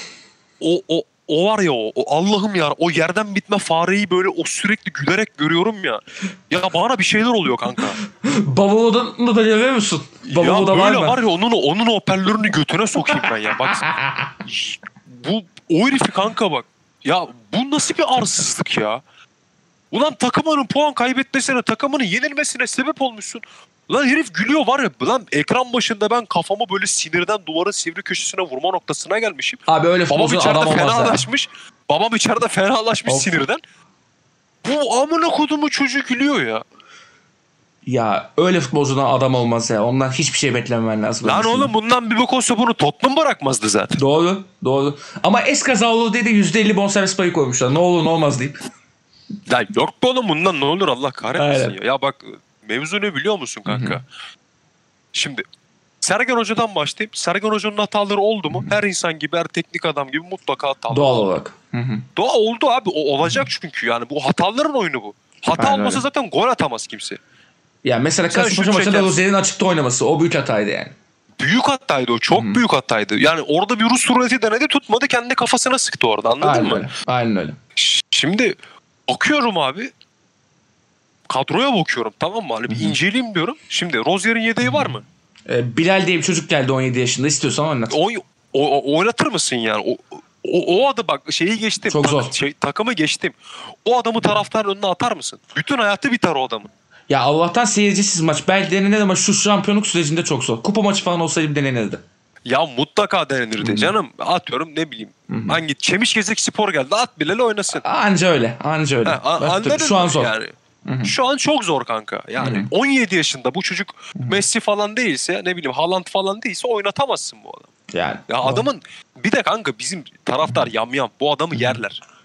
o var ya, o Allah'ım ya, o yerden bitme fareyi böyle o sürekli gülerek görüyorum ya. Ya bana bir şeyler oluyor kanka. Bavulu'dan da görüyor musun? Ya Bavulu'da var böyle mı? var ya, onun hoparlörünü götüne sokayım ben ya. Bak o herifi kanka bak. Ya bu nasıl bir arsızlık ya? Ulan takımının puan kaybetmesine, takımının yenilmesine sebep olmuşsun. Lan herif gülüyor var ya. Lan ekran başında ben kafamı böyle sinirden duvarın sivri köşesine vurma noktasına gelmişim. Abi öyle Babam futbolcu içeride adam olmaz ya. fenalaşmış. Babam içeride fenalaşmış Of. sinirden. Bu amına kodumu çocuk gülüyor ya. Ya öyle futbolcudan adam olmaz ya. Ondan hiçbir şey beklememen lazım. Lan oğlum bundan bir bok olsa bunu Tottenham bırakmazdı zaten. Doğru. Ama eskaza olur diye de %50 bonservis payı koymuşlar. Ne olur ne olmaz deyip. Ya yok be oğlum, bundan ne olur Allah kahretmesin Aynen. ya. Ya bak mevzu ne biliyor musun kanka? Şimdi Sergen Hoca'dan başlayayım. Sergen Hoca'nın hataları oldu mu? Her insan gibi, her teknik adam gibi mutlaka hataları Doğal oldu. olarak. Doğa oldu abi. O olacak çünkü yani. Bu hataların oyunu bu. Hata Aynen olmasa öyle. zaten gol atamaz kimse. Ya mesela Sen Kasımpaşa şut maçında çekersin. Rozier'in açıkta oynaması. O büyük hataydı yani. Büyük hataydı o. Çok büyük hataydı. Yani orada bir Rus ruleti denedi, tutmadı. Kendi kafasına sıktı orada. Anladın Aynen mı? öyle. Aynen öyle. Şimdi bakıyorum abi. Kadroya bakıyorum, tamam mı? Hani bir inceleyeyim diyorum. Şimdi Rozier'in yedeği var mı? Bilal diye bir çocuk geldi 17 yaşında. İstiyorsan oynat. Oynatır mısın yani? O adı bak, şeyi geçtim. Çok zor. Takımı geçtim. O adamı taraftarın önüne atar mısın? Bütün hayatı biter o adamın. Ya Allah'tan seyircisiz maç. Belki denenir ama şu şampiyonluk sürecinde çok zor. Kupa maçı falan olsaydı bir denenirdi. Ya mutlaka denenirdi canım. Atıyorum ne bileyim. Hangi Çemişgezek Spor geldi. At Bilal'i oynasın. Anca öyle. Ha, anladın Şu an mı zor. yani? Şu an çok zor kanka. Yani 17 yaşında bu çocuk Messi falan değilse, ne bileyim Haaland falan değilse oynatamazsın bu adamı. Yani. Ya adamın bir de kanka bizim taraftar yamyam. Bu adamı yerler.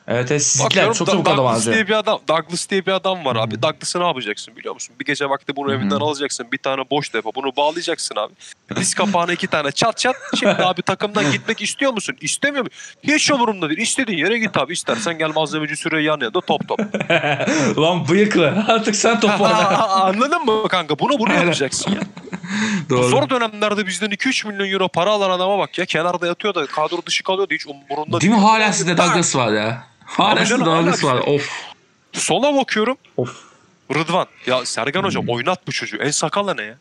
Evet, sizlikler Bakıyorum çok çabuk adam Douglas harcıyor. diye bir adam, Douglas diye bir adam var abi. Douglas'ı ne yapacaksın biliyor musun? Bir gece vakti bunu evinden alacaksın. Bir tane boş depo. Bunu bağlayacaksın abi. Diz kapağına 2 tane çat çat. Şimdi abi takımdan gitmek istiyor musun? İstemiyor musun? Hiç umurumda değil. İstediğin yere git abi. İstersen gel malzemeci Süreyya yanında top top. Lan bıyıklı. Artık sen top oyna. Anladın mı kanka? Bunu yapacaksın ya. Bu Doğru. zor dönemlerde bizden 2-3 milyon euro para alan adama bak ya. Kenarda yatıyor da kadro dışı kalıyordu. Hiç umurunda Değil mi? Hala sizde Douglas var ya. Hala Abi sizde canım, hala Douglas var. bizde. Of. Sola bakıyorum. Of. Rıdvan. Ya Sergen hocam oynat bu çocuğu. En sakalı ne ya?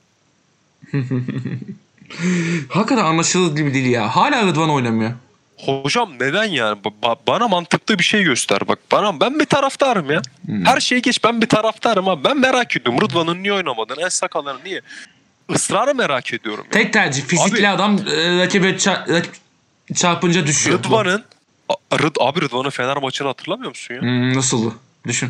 Hakikaten anlaşılır gibi değil ya. Hala Rıdvan oynamıyor. Hocam neden yani? Bana mantıklı bir şey göster. Bak ben bir taraftarım ya. Her şeyi geç, ben bir taraftarım abi. Ben merak ediyorum. Rıdvan'ın niye oynamadığını, en sakalını niye? Israrı merak ediyorum ya. Tek tercih. Fizikli adam rakibe rakip çarpınca düşüyor. Rıdvan'ın abi Rıdvan'ın Fener maçını hatırlamıyor musun ya? Nasıldı? Düşün.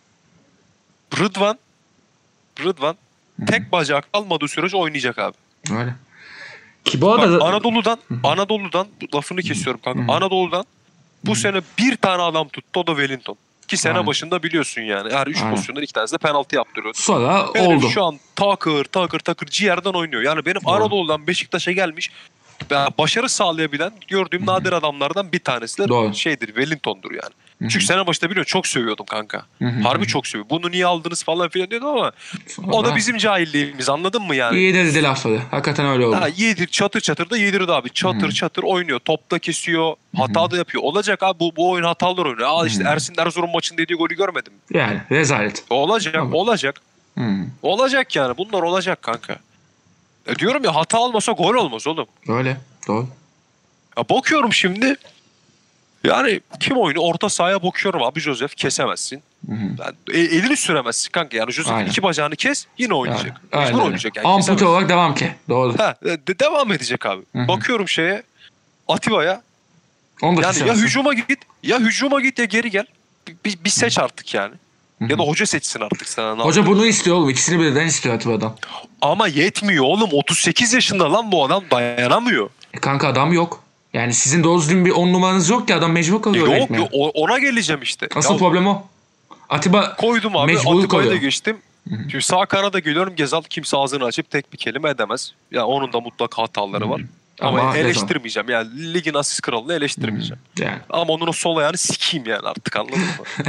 Rıdvan tek bacak kalmadığı sürece oynayacak abi. Öyle. Ki bu Bak, arada Anadolu'dan lafını kesiyorum kanka. Anadolu'dan bu sene bir tane adam tuttu, o da Wellington. Ki sene Aynen. başında biliyorsun yani. Her 3 Aynen. pozisyondan 2 tanesi de penaltı yaptırıyordu. sonra Herif oldu. şu an takır ciğerden oynuyor. Yani benim Doğru. Anadolu'dan Beşiktaş'a gelmiş başarı sağlayabilen gördüğüm nadir adamlardan bir tanesi de Doğru. Wellington'dur yani. Çünkü sene başında biliyorsun çok sövüyordum kanka. Harbi çok sövüyordum. Bunu niye aldınız falan filan diyordum ama o da bizim cahilliğimiz, anladın mı yani? İyi dedi lafları. Hakikaten öyle oldu. Ha, çatır da yedirdi abi. Çatır oynuyor. Topta kesiyor. Hata da yapıyor. Olacak abi, bu oyun hatalar oynuyor. Al işte Ersin Erzurum maçında yediği golü görmedim. Yani rezalet. Olacak. Olacak yani. Bunlar olacak kanka. Diyorum ya, hata olmasa gol olmaz oğlum. Öyle. Doğru. Ya bakıyorum şimdi. Yani kim oyunu? Orta sahaya bakıyorum abi, Joseph kesemezsin. Yani elini süremezsin kanka. Yani Joseph'in Aynen. 2 bacağını kes, yine oynayacak. Yani, Mecbur aynen öyle. oynayacak yani. Ampute kesemez. olarak devam ki. Doğru. Devam edecek abi. Bakıyorum Atiba'ya. Onu da Yani ya kesemezsin. hücuma git ya geri gel. Bir seç artık yani. Ya da hoca seçsin artık sana. Hoca bunu istiyor oğlum. İkisini birden istiyor Atiba'dan. Ama yetmiyor oğlum. 38 yaşında lan bu adam, dayanamıyor. Kanka adam yok. Yani sizin doğru düzgün bir 10 numaranız yok ki, adam mecbur kalıyor Yok etmeye. ona geleceğim işte. Asıl Ya, problem o. Atiba koydum abi. mecbur Atiba'yı da kalıyor. geçtim. Şimdi sağ kanada geliyorum. Gezal kimse ağzını açıp tek bir kelime edemez. Ya onun da mutlaka hataları var. Ama Ama eleştirmeyeceğim. Yani ligin asist kralını eleştirmeyeceğim. Yani. Ama onun sol ayağını sikeyim yani artık, anladın mı?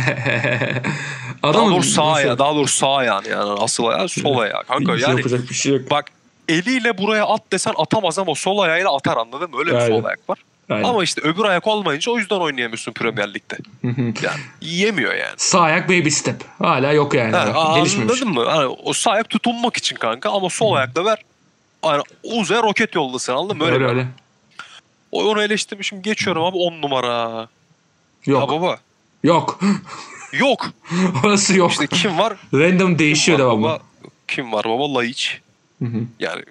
Adamın Daha doğrusu sağ ayağını yani. Asıl ayağı sol ayağı. Kanka yani yapacak bir şey yok. bak, eliyle buraya at desen atamaz ama sol ayağıyla atar, anladın mı? Öyle bir Aynen. sol ayak var. Aynen. Ama işte öbür ayak olmayınca o yüzden oynayamıyorsun Premier Lig'de. Yani yiyemiyor yani. Sağ ayak baby step. Hala yok yani. Gelişmemiş. Anladın mı? Hani o sağ ayak tutunmak için kanka, ama sol ayakla ver. Yani uzaya roket yollasın, anladın mı? Öyle. Onu eleştirmişim. Geçiyorum abi 10 numara. Ya Yok. baba. Yok. Yok. Orası yok. İşte kim var? Random değişiyor Kim var devamlı. baba? Kim var baba? Laiç. Yani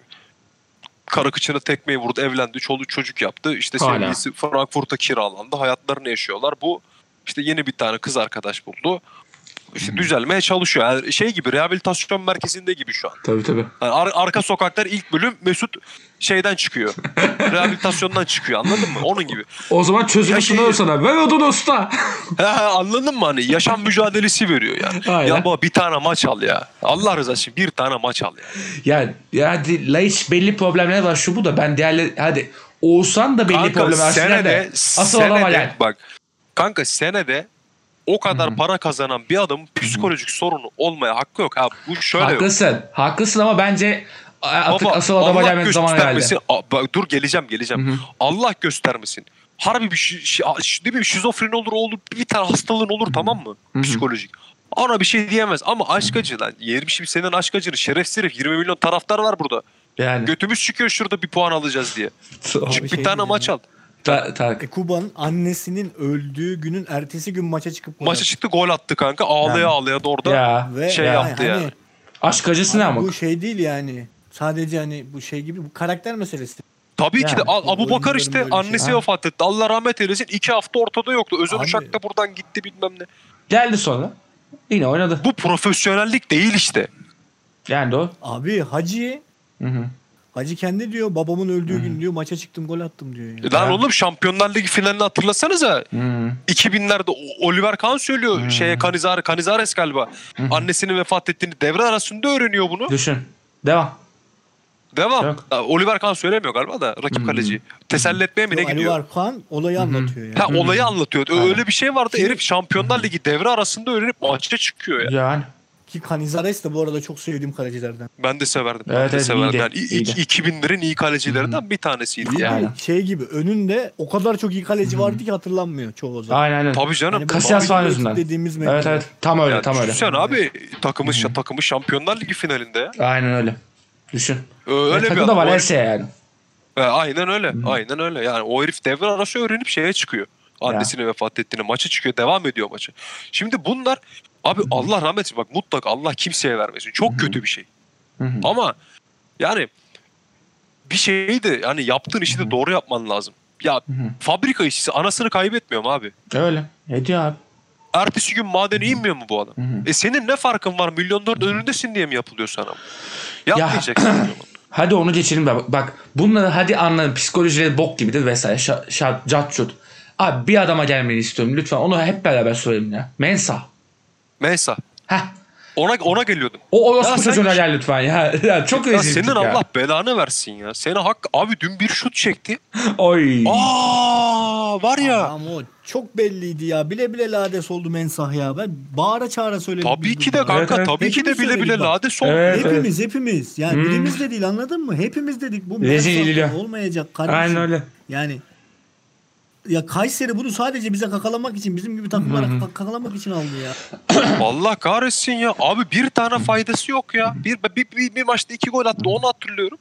karı kıçına tekmeyi vurdu, evlendi, çoluk çocuk yaptı. İşte Hala. sevgilisi Frankfurt'a kiralandı. Hayatlarını yaşıyorlar. Bu işte yeni bir tane kız arkadaş buldu. İşte düzelmeye çalışıyor. Yani şey gibi, rehabilitasyon merkezinde gibi şu an. Tabii. Yani arka sokaklar ilk bölüm, Mesut şeyden çıkıyor. Rehabilitasyondan çıkıyor, anladın mı? Onun gibi. O zaman çözümü Ya sunuyor sana. Ver odun usta. Anladın mı, hani yaşam mücadelesi veriyor yani. Aynen. Ya baba bir tane maç al ya. Allah rızası için bir tane maç al ya. Ya Laiç belli problemler var şu bu da. Ben diğerleri hadi Oğuzhan da belli problemler var. Asıl adama gel. Bak kanka, senede o kadar para kazanan bir adamın psikolojik sorunu olmaya hakkı yok. Ha, bu şöyle yok. Haklısın ama bence artık Baba, asıl adama Allah gelmesi zamanı geldi. göstermesin. Dur geleceğim. Allah göstermesin. Harbi değil mi? Şizofreni olur, bir tane hastalığın olur, tamam mı? Psikolojik. Ona bir şey diyemez ama aşk acı lan. Yermişim senin aşk acını. Şerefsiz herif. 20 milyon taraftar var burada. Yani. Götümüz çıkıyor şurada bir puan alacağız diye. Abi Çık bir şey tane diyeceğim maç ya. al. Kuba'nın annesinin öldüğü günün ertesi gün maça çıkıp Maça çıktı, gol attı kanka. Ağlaya da orada Ya. ve şey yaptı yani. Aşk acısı ne ama? Bu şey değil yani. Sadece hani bu şey gibi, bu karakter meselesi. Tabii ki de Abu Bakar işte oyuncuların böyle bir annesi şey. vefat etti. Allah rahmet eylesin. 2 hafta ortada yoktu. Özel Abi. uçakta buradan gitti bilmem ne. Geldi sonra. Yine oynadı. Bu profesyonellik değil işte. Yani de o. Abi Hacı Hacı kendi diyor babamın öldüğü gün diyor maça çıktım gol attım diyor. Ya. Lan oğlum Şampiyonlar Ligi finalini hatırlasanıza. 2000'lerde Oliver Kahn söylüyor Canizares galiba. Annesinin vefat ettiğini devre arasında öğreniyor bunu. Düşün. Devam. Devam. Yok. Oliver Kahn söylemiyor galiba da rakip kaleci. Teselli etmeye mi ne Ali gidiyor? Varkan olayı anlatıyor ya. Ha olayı anlatıyor. Öyle bir şey vardı. Herif Şampiyonlar Ligi devre arasında öğrenip maça çıkıyor ya. Yani. Ki Canizares de bu arada çok sevdiğim kalecilerden. Ben de severdim. Evet, Ben de severdim. iyiydi, Yani iyiydi. 2000'lerin iyi kalecilerinden bir tanesiydi. Yani. Şey gibi önünde o kadar çok iyi kaleci vardı ki hatırlanmıyor çoğu zaman. Aynen. Tabii canım. bu Casillas falan Bobby yüzünden. dediğimiz Evet mevki. evet. Tam öyle Ya tam öyle. düşünsene abi takımı Şampiyonlar Ligi finalinde ya. Aynen öyle. Düşün. Öyle bir Takım da adam. Valencia yani. Aynen öyle. Aynen öyle. Yani o herif devre arası öğrenip şeye çıkıyor. Annesinin vefat ettiğini maça çıkıyor. Devam ediyor maçı. Şimdi bunlar abi Allah rahmet eylesin. Bak mutlaka Allah kimseye vermesin. Çok kötü bir şey. Ama yani bir şeyi de yani yaptığın işi de doğru yapman lazım. Ya fabrika işçisi anasını kaybetmiyor mu abi? Öyle. Ediyor abi. Ertesi gün madene inmiyor mu bu adam? Senin ne farkın var? Milyonların önündesin diye mi yapılıyor sana? Yapmayacaksın o zaman. Hadi onu geçelim de bak bunları hadi anladım psikolojileri bok gibidir vesaire cat çut. Abi bir adama gelmeni istiyorum lütfen onu hep beraber söyleyelim ya. Mensah. Mensa. Heh. Ona geliyordum. O Ya orospu sen- çocuğuna gel lütfen ya. Ya çok Ya rezil senin ya. Allah belanı versin ya. Seni abi dün bir şut çekti. Oy. Var ya. Ama o çok belliydi ya. Bile bile lades oldu Mensah ya. Ben bağıra çağıra söyledim. Tabii biz ki bunu. de kanka Evet, tabii ki de Hepimiz bile bile söyledik bak. lades oldu. Evet. Hepimiz. Yani birimiz de değil anladın mı? Hepimiz dedik. Bu Rezil Mensah ediliyor. olmayacak kardeşim. Aynen öyle. Yani ya Kayseri bunu sadece bize kakalamak için, bizim gibi takımlara kakalamak için aldı ya. Allah kahretsin ya. Abi bir tane faydası yok ya. Bir maçta 2 gol attı onu hatırlıyorum.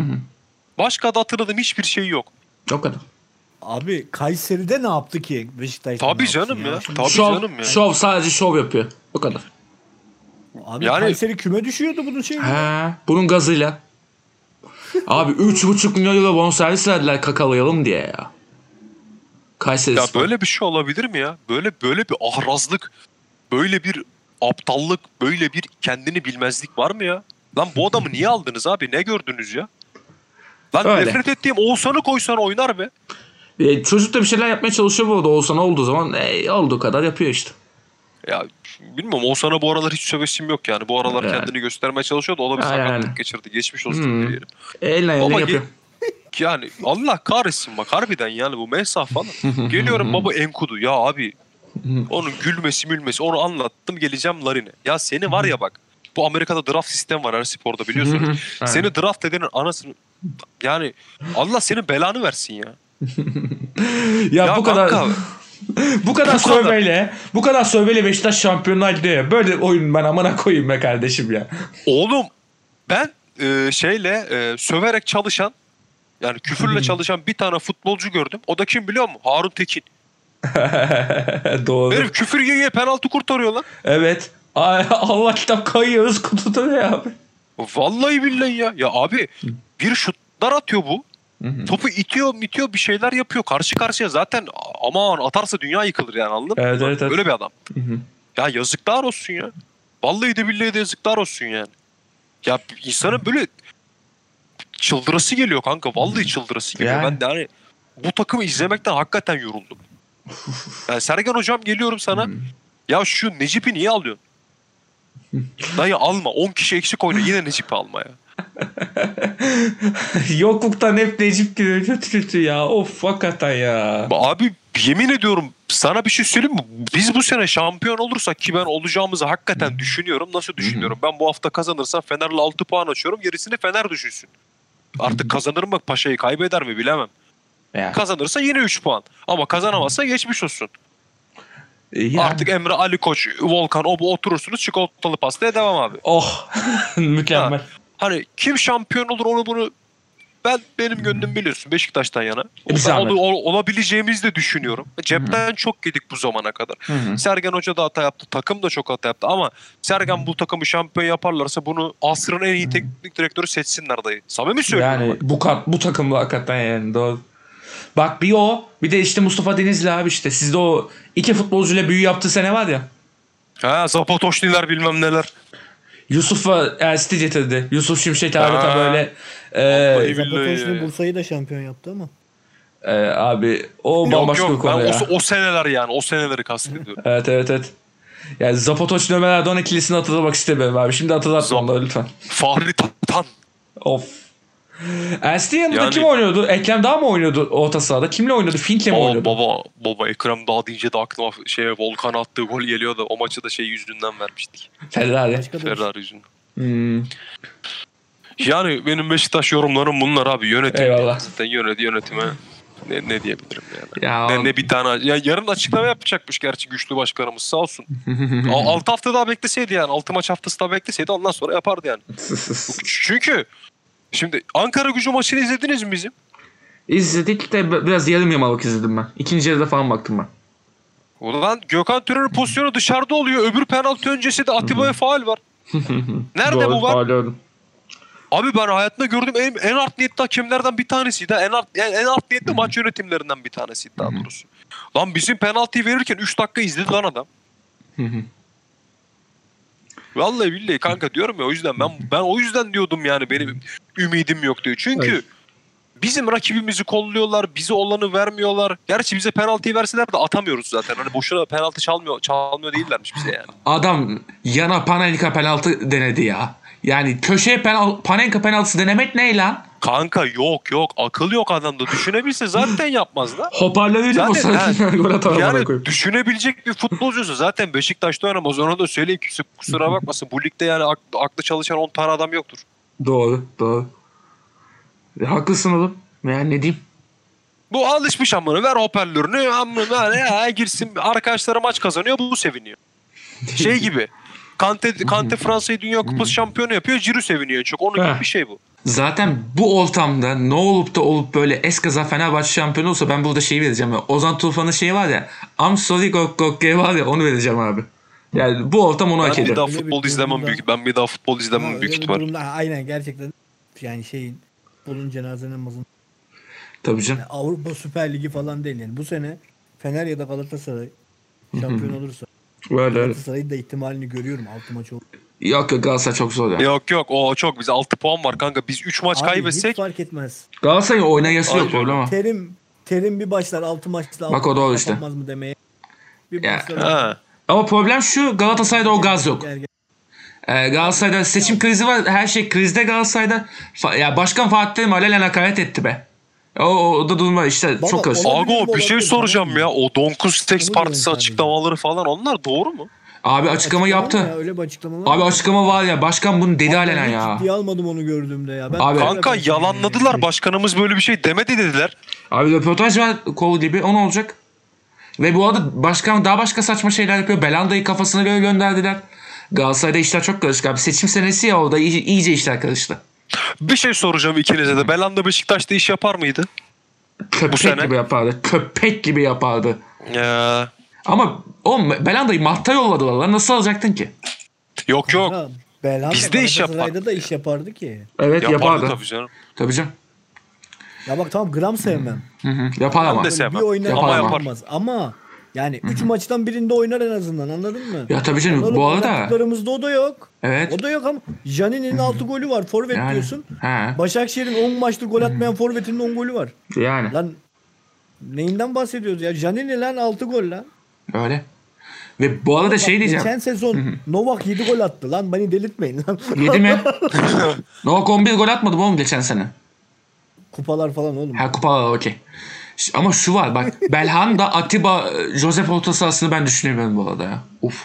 Başka da hatırladığım hiçbir şey yok. O kadar. Abi Kayseri'de ne yaptı ki Beşiktaş'ta? Tabii ne yapsın canım ya. Şimdi- Tabii Şov, canım ya. şov sadece şov yapıyor. O kadar. Abi Yani- Kayseri küme düşüyordu bunun şeyi. He, bunun gazıyla. Abi 3,5 milyon euro bonservis verdiler kakalayalım diye ya. Kayseri Ya Spor. böyle bir şey olabilir mi ya? Böyle bir ahrazlık, böyle bir aptallık, böyle bir kendini bilmezlik var mı ya? Lan bu adamı niye aldınız abi? Ne gördünüz ya? Lan Öyle. nefret ettiğim Oğuzhan'ı koysan oynar be. Çocuk da bir şeyler yapmaya çalışıyor bu arada. Olsan olduğu zaman olduğu kadar yapıyor işte. Ya bilmiyorum Oğuzhan'a bu aralar hiç sövesim yok yani. Bu aralar Evet. kendini göstermeye çalışıyor da o da bir Aynen. sakatlık geçirdi. Geçmiş olsun diyelim. Eline Ama eline yapıyor. Yani Allah kahretsin bak harbiden yani bu Mensah falan. Geliyorum baba Enkudu ya abi. Onun gülmesi onu anlattım geleceğim Larin'e. Ya seni var ya bak bu Amerika'da draft sistemi var her sporda biliyorsunuz. Aynen. Seni draft edenin anasını yani Allah senin belanı versin ya. Ya bu kadar kanka, bu kadar bu kadar. sövbeyle Beşiktaş Şampiyonlar Ligi'ne ya. Böyle oyun ben amına koyayım be kardeşim ya. Oğlum ben söverek çalışan yani küfürle çalışan bir tane futbolcu gördüm. O da kim biliyor musun? Harun Tekin. Doğru. Herif küfür yiye penaltı kurtarıyor lan. Evet. Ay, Allah kitap kayıyoruz kutuda ya abi. Vallahi billahi ya. Ya abi bir şutlar atıyor bu. Topu itiyor bir şeyler yapıyor. Karşı karşıya zaten aman atarsa dünya yıkılır yani anladın mı? Evet, evet, evet. Öyle bir adam. Ya yazıklar olsun ya. Vallahi de billahi de yazıklar olsun yani. Ya insanın böyle çıldırası geliyor kanka. Vallahi çıldırası geliyor. Yani. Ben de hani bu takımı izlemekten hakikaten yoruldum. Yani Sergen hocam geliyorum sana. Ya şu Necip'i niye alıyorsun? Dayı alma. 10 kişi eksik oyna. Yine Necip'i alma ya. Yokluktan hep Necip gibi kötü ya. Of hakikaten ya. Abi yemin ediyorum sana bir şey söyleyeyim mi? Biz bu sene şampiyon olursak ki ben olacağımızı hakikaten düşünüyorum. Nasıl düşünüyorum? Ben bu hafta kazanırsam Fener'le 6 puan açıyorum. Gerisini Fener düşünsün. Artık kazanır mı Paşa'yı kaybeder mi bilemem. Ya. Kazanırsa yine 3 puan. Ama kazanamazsa geçmiş olsun. Yani. Artık Emre, Ali Koç, Volkan bu oturursunuz çikolatalı pastaya devam abi. Oh mükemmel. Hani kim şampiyon olur onu bunu benim gönlüm biliyorsun Beşiktaş'tan yana. Bir Ben zahmet. olabileceğimizi de düşünüyorum. Cepten çok yedik bu zamana kadar. Sergen Hoca da hata yaptı. Takım da çok hata yaptı. Ama Sergen bu takımı şampiyon yaparlarsa bunu asrın en iyi teknik direktörü seçsinler dayı. Samimi söylüyorum. Yani bak. bu takımla hakikaten yani doğru. Bak bir de işte Mustafa Denizli abi işte. Sizde o iki futbolcuyla büyü yaptığı sene var ya. Ha Zapatoşniler bilmem neler. Yusuf'a Elsti getirdi. Yusuf Şimşek adeta böyle Vallahi billahi Zapatoşlu ya. Bursa'yı da şampiyon yaptı ama. Abi o Yok bambaşka bir yok ben konu ya. o seneler yani o seneleri kastediyorum. Evet. Yani Zapatoç Ömer Erdoğan ikilisini hatırlamak istemiyorum abi. Şimdi hatırlatma Zap- onları lütfen. Fahri Tatan. Of. Ernst'in yanında Yani- kim oynuyordu? Ekrem Dağ mı oynuyordu orta sahada? Kimle oynuyordu? Fink'le mi oynuyordu? Baba Ekrem Dağ deyince de aklıma Volkan attığı gol geliyor da o maçı da yüzünden vermiştik. Ferrari. Başka da Ferrari yüzünden. Hmm. Yani benim Beşiktaş yorumlarım bunlar abi. Yönetim. Eyvallah. Zaten yönetime ne diyebilirim yani. Ya, Ne bir tane. Ya yarın açıklama yapacakmış gerçi güçlü başkanımız sağ olsun. 6 hafta daha bekleseydi yani. 6 maç haftası daha bekleseydi ondan sonra yapardı yani. Çünkü şimdi Ankara Gücü maçını izlediniz mi bizim? İzledik de biraz yarım yamalak izledim ben. İkinci yarıda falan baktım ben. Ulan Gökhan Tören'in pozisyonu dışarıda oluyor. Öbür penaltı öncesi de Atiba'ya faul var. Nerede Doğru, bu var? bağlıyorum. Abi ben hayatımda gördüğüm en art niyetli hakemlerden bir tanesiydi. En art niyetli maç yönetimlerinden bir tanesiydi daha doğrusu. Lan bizim penaltıyı verirken 3 dakika izledi lan adam. Vallahi billahi kanka diyorum ya o yüzden ben o yüzden diyordum yani benim ümidim yok diyor. Çünkü Evet. bizim rakibimizi kolluyorlar, bize olanı vermiyorlar. Gerçi bize penaltıyı verseler de atamıyoruz zaten. Hani boşuna penaltı çalmıyor değillermiş bize yani. Adam yana Panenka penaltı denedi ya. Yani köşeye Panenka penaltısı denemek ne lan? Kanka yok akıl yok adamda. Düşünebilse zaten yapmaz da. Hoparlörüyle mi Zaten, gol atamam Yani koyayım. düşünebilecek bir futbolcuysa zaten Beşiktaş'ta oynamaz. Ona da söyleyeyim kimse kusura bakmasın. Bu ligde yani aklı çalışan 10 tane adam yoktur. Doğru. Haklısın oğlum. Yani ne diyeyim? Bu alışmış amına ver hoparlörünü amına ya girsin arkadaşları maç kazanıyor bu seviniyor. Şey gibi. Kante Fransa'yı Dünya Kupası şampiyonu yapıyor. Giroud seviniyor çok. Onun gibi bir şey bu. Zaten bu ortamda ne olup da olup böyle eskaza Fenerbahçe şampiyonu olsa ben burada şeyi vereceğim. Ya. Ozan Tufan'ın şeyi var ya. I'm sorry Gok var ya onu vereceğim abi. Yani bu ortam onu hak Ben bir ediyor. daha Öyle bir futbol izlemem durumda- büyük. Ben bir daha futbol Ha, izlemem öyle büyük bir ihtimal. durumda aynen gerçekten yani futbolun cenaze namazın Tabii canım. Avrupa Süper Ligi falan değil yani. Bu sene Fener ya da Galatasaray şampiyon olursa Öyle. Galatasaray'ın da ihtimalini görüyorum 6 maç oldu. Yok Galatasaray çok zor ya. Yok o çok bize 6 puan var kanka. Biz 3 maç Abi kaybetsek hiç fark etmez. Galatasaray'ın oynayası yok Aynen. öyle ama. Terim bir başlar 6 maçta Bak o da o işte. kapanmaz mı demeye. Bir Ya. başlar. ha. Ama problem şu Galatasaray'da o gaz yok. Gel. Galatasaray'da seçim krizi var. Her şey krizde Galatasaray'da. Ya Başkan Fatih Terim alenen hakaret etti be. O da durma işte Baba, çok karışık. olabilir. Ago bir şey soracağım ya. O Donkuz Tex Onu Partisi diyorum açıklamaları falan onlar doğru mu? Abi açıklama yaptı. Ya, öyle bir açıklama var. Abi açıklama var ya. Başkan bunu dedi alenen Ben ya. ciddiye almadım onu gördüğümde ya. Ben Abi- Kanka yalanladılar. Başkanımız böyle bir şey demedi dediler. Abi röportaj var kol gibi. O ne olacak? Ve bu arada başkan daha başka saçma şeyler yapıyor. Belanda'yı kafasına göre gönderdiler. Galatasaray'da işler çok karışık abi. Seçim senesi ya orada iyice işler karıştı. Bir şey soracağım ikinize de. Belanda Beşiktaş'ta iş yapar mıydı? Köpek sene? gibi yapardı. Köpek gibi yapardı. Ya. Ama o Belanda'yı Mart'a yolladılar lan. Nasıl alacaktın ki? Yok. Belhanda Bizde iş Galatasaray'da da iş yapardı ki. Evet Yapardı yapardı. tabii canım. Tabii canım. Ya bak tamam gram sevmem. Yapar ama. Ben de Böyle sevmem. bir oynar Yapar ama. yapamaz. Ama yani 3 maçtan birinde oynar en azından anladın mı? Ya tabii canım, Onların bu arada- oynattıklarımızda o da yok. Evet. O da yok ama Janini'nin 6 golü var. Forvet Yani. diyorsun. He. Başakşehir'in 10 maçtır gol atmayan forvetinin 10 golü var. Yani. Lan neyinden bahsediyoruz ya? Janini lan 6 gol lan. Öyle. Ve bu arada Bak, şey diyeceğim. Geçen sezon Novak 7 gol attı lan. Beni delirtmeyin lan. 7 mi? Novak 11 gol atmadı mı oğlum geçen sene? Kupalar falan oğlum. Ha kupalar okey. Ama şu var bak. Belhanda, Atiba, Josep orta sahasını ben düşünemiyorum bu arada ya. Uf.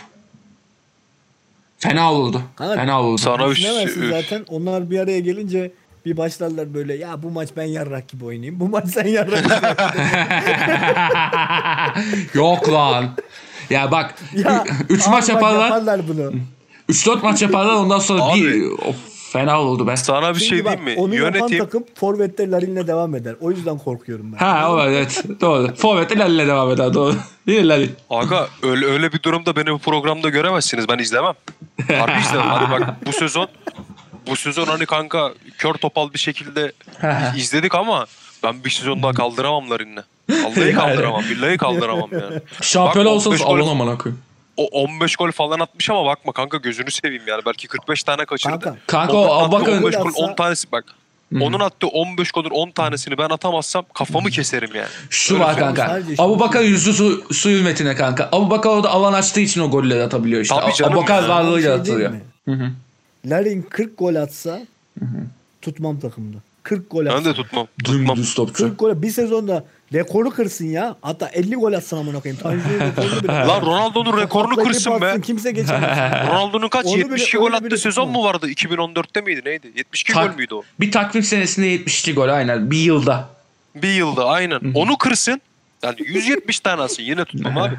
Fena olurdu. Kanka, Fena olurdu. Sana bir Düşünemezsin şey... zaten. Onlar bir araya gelince bir başlarlar böyle ya bu maç ben yarrak gibi oynayayım. Bu maç sen yarrak gibi oynayayım. Yok lan. Ya bak. Ya, 3 abi maç bak yaparlar. yaparlar bunu. 3-4 maç yaparlar ondan sonra Abi. bir of, fena olurdu be. Sana bir Şimdi şey bak, diyeyim mi? onu yapan Yönetim takım forvette Larin'le devam eder. O yüzden korkuyorum ben. Ha o var, evet doğru. Forvet'e Lalli'yle devam eder doğru. Değil Lalli. Aga öyle bir durumda beni bu programda göremezsiniz. Ben izlemem. Harbi izlemem. Hadi bak bu sezon hani kanka kör topal bir şekilde izledik ama ben bir sezon daha kaldıramam Larin'le. Vallahi kaldıramam. Billahi kaldıramam yani. Şampiyon Bak, olsanız 15 gol- alın amına koyayım. O 15 gol falan atmış ama bakma kanka gözünü seveyim yani. Belki 45 tane kaçırdı. Kanka. Kanka o Ondan bakın. 15 gol Atsa- 10 tanesi bak. Onun attığı 15 golün 10 tanesini ben atamazsam kafamı keserim yani. Şu Öyle var söyleyeyim. kanka. Sadece işte- Abubakar yüzü su hürmetine kanka. Abubakar orada alan açtığı için o golleri atabiliyor işte. Tabii canım Abubakar ya. varlığıyla Şey değil atılıyor. mi? Larin 40 gol atsa tutmam takımda. 40 gol atsa. Ben de tutmam. Tutmam. Dümdüz topçu. 40 gol bir sezonda rekoru kırsın ya. Hatta 50 gol atsın amına koyayım. Tanju'nun rekorunu bile. Lan Ronaldo'nun rekorunu Atlayıp kırsın be. atsın, kimse geçemez. Ronaldo'nun kaç? Onu bile- 72 gol öyle attığı bile sezon tutmam. mu vardı? 2014'te miydi neydi? 72 Tak- gol müydü o? Bir takvim senesinde 72 gol aynen. Bir yılda. Bir yılda aynen. Onu kırsın. Yani 170 tane atsın yine tutmam abi.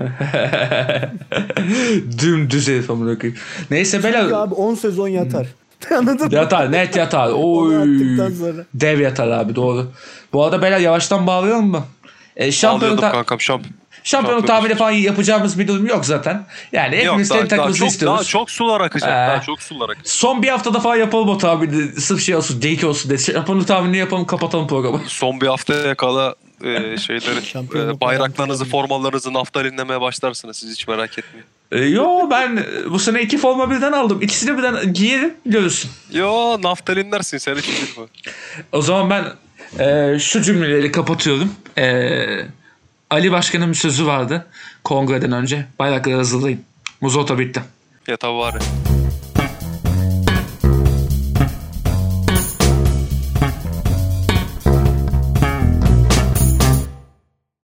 Dümdüz herif amına koyayım. Neyse Çünkü Bela abi 10 sezon yatar. Anladın mı? yatar, net yatar. Onu attıktan Oy. sonra. Dev yatar abi, doğru. Bu arada Bela yavaştan bağlayalım mı? Şampiyonluk Alıyordum kankam şampiyonluk şampiyon. tahmini falan yapacağımız bir durum yok zaten. Yani Yok hepimiz senin takımımızı daha istiyoruz. çok sular akacak. Daha çok sular akacak. Son bir haftada falan yapalım o tahmini. Sırf şey olsun, geyik olsun diye. Şampiyonluk tahminini yapalım, kapatalım programı. Son bir haftaya kala Şampiyonluk bayraklarınızı, falan. formalarınızı naftalinlemeye başlarsınız. Siz hiç merak etmeyin. Yo ben bu sene 2 forma birden aldım. İkisini birden giyerim, görürsün. Yo naftalinlersin sen hiç üzülme. O zaman ben şu cümleleri kapatıyorum. Ali Başkan'ın bir sözü vardı kongreden önce. Bayrakları hazırlayın. Muzota bitti. Ya tabii var ya.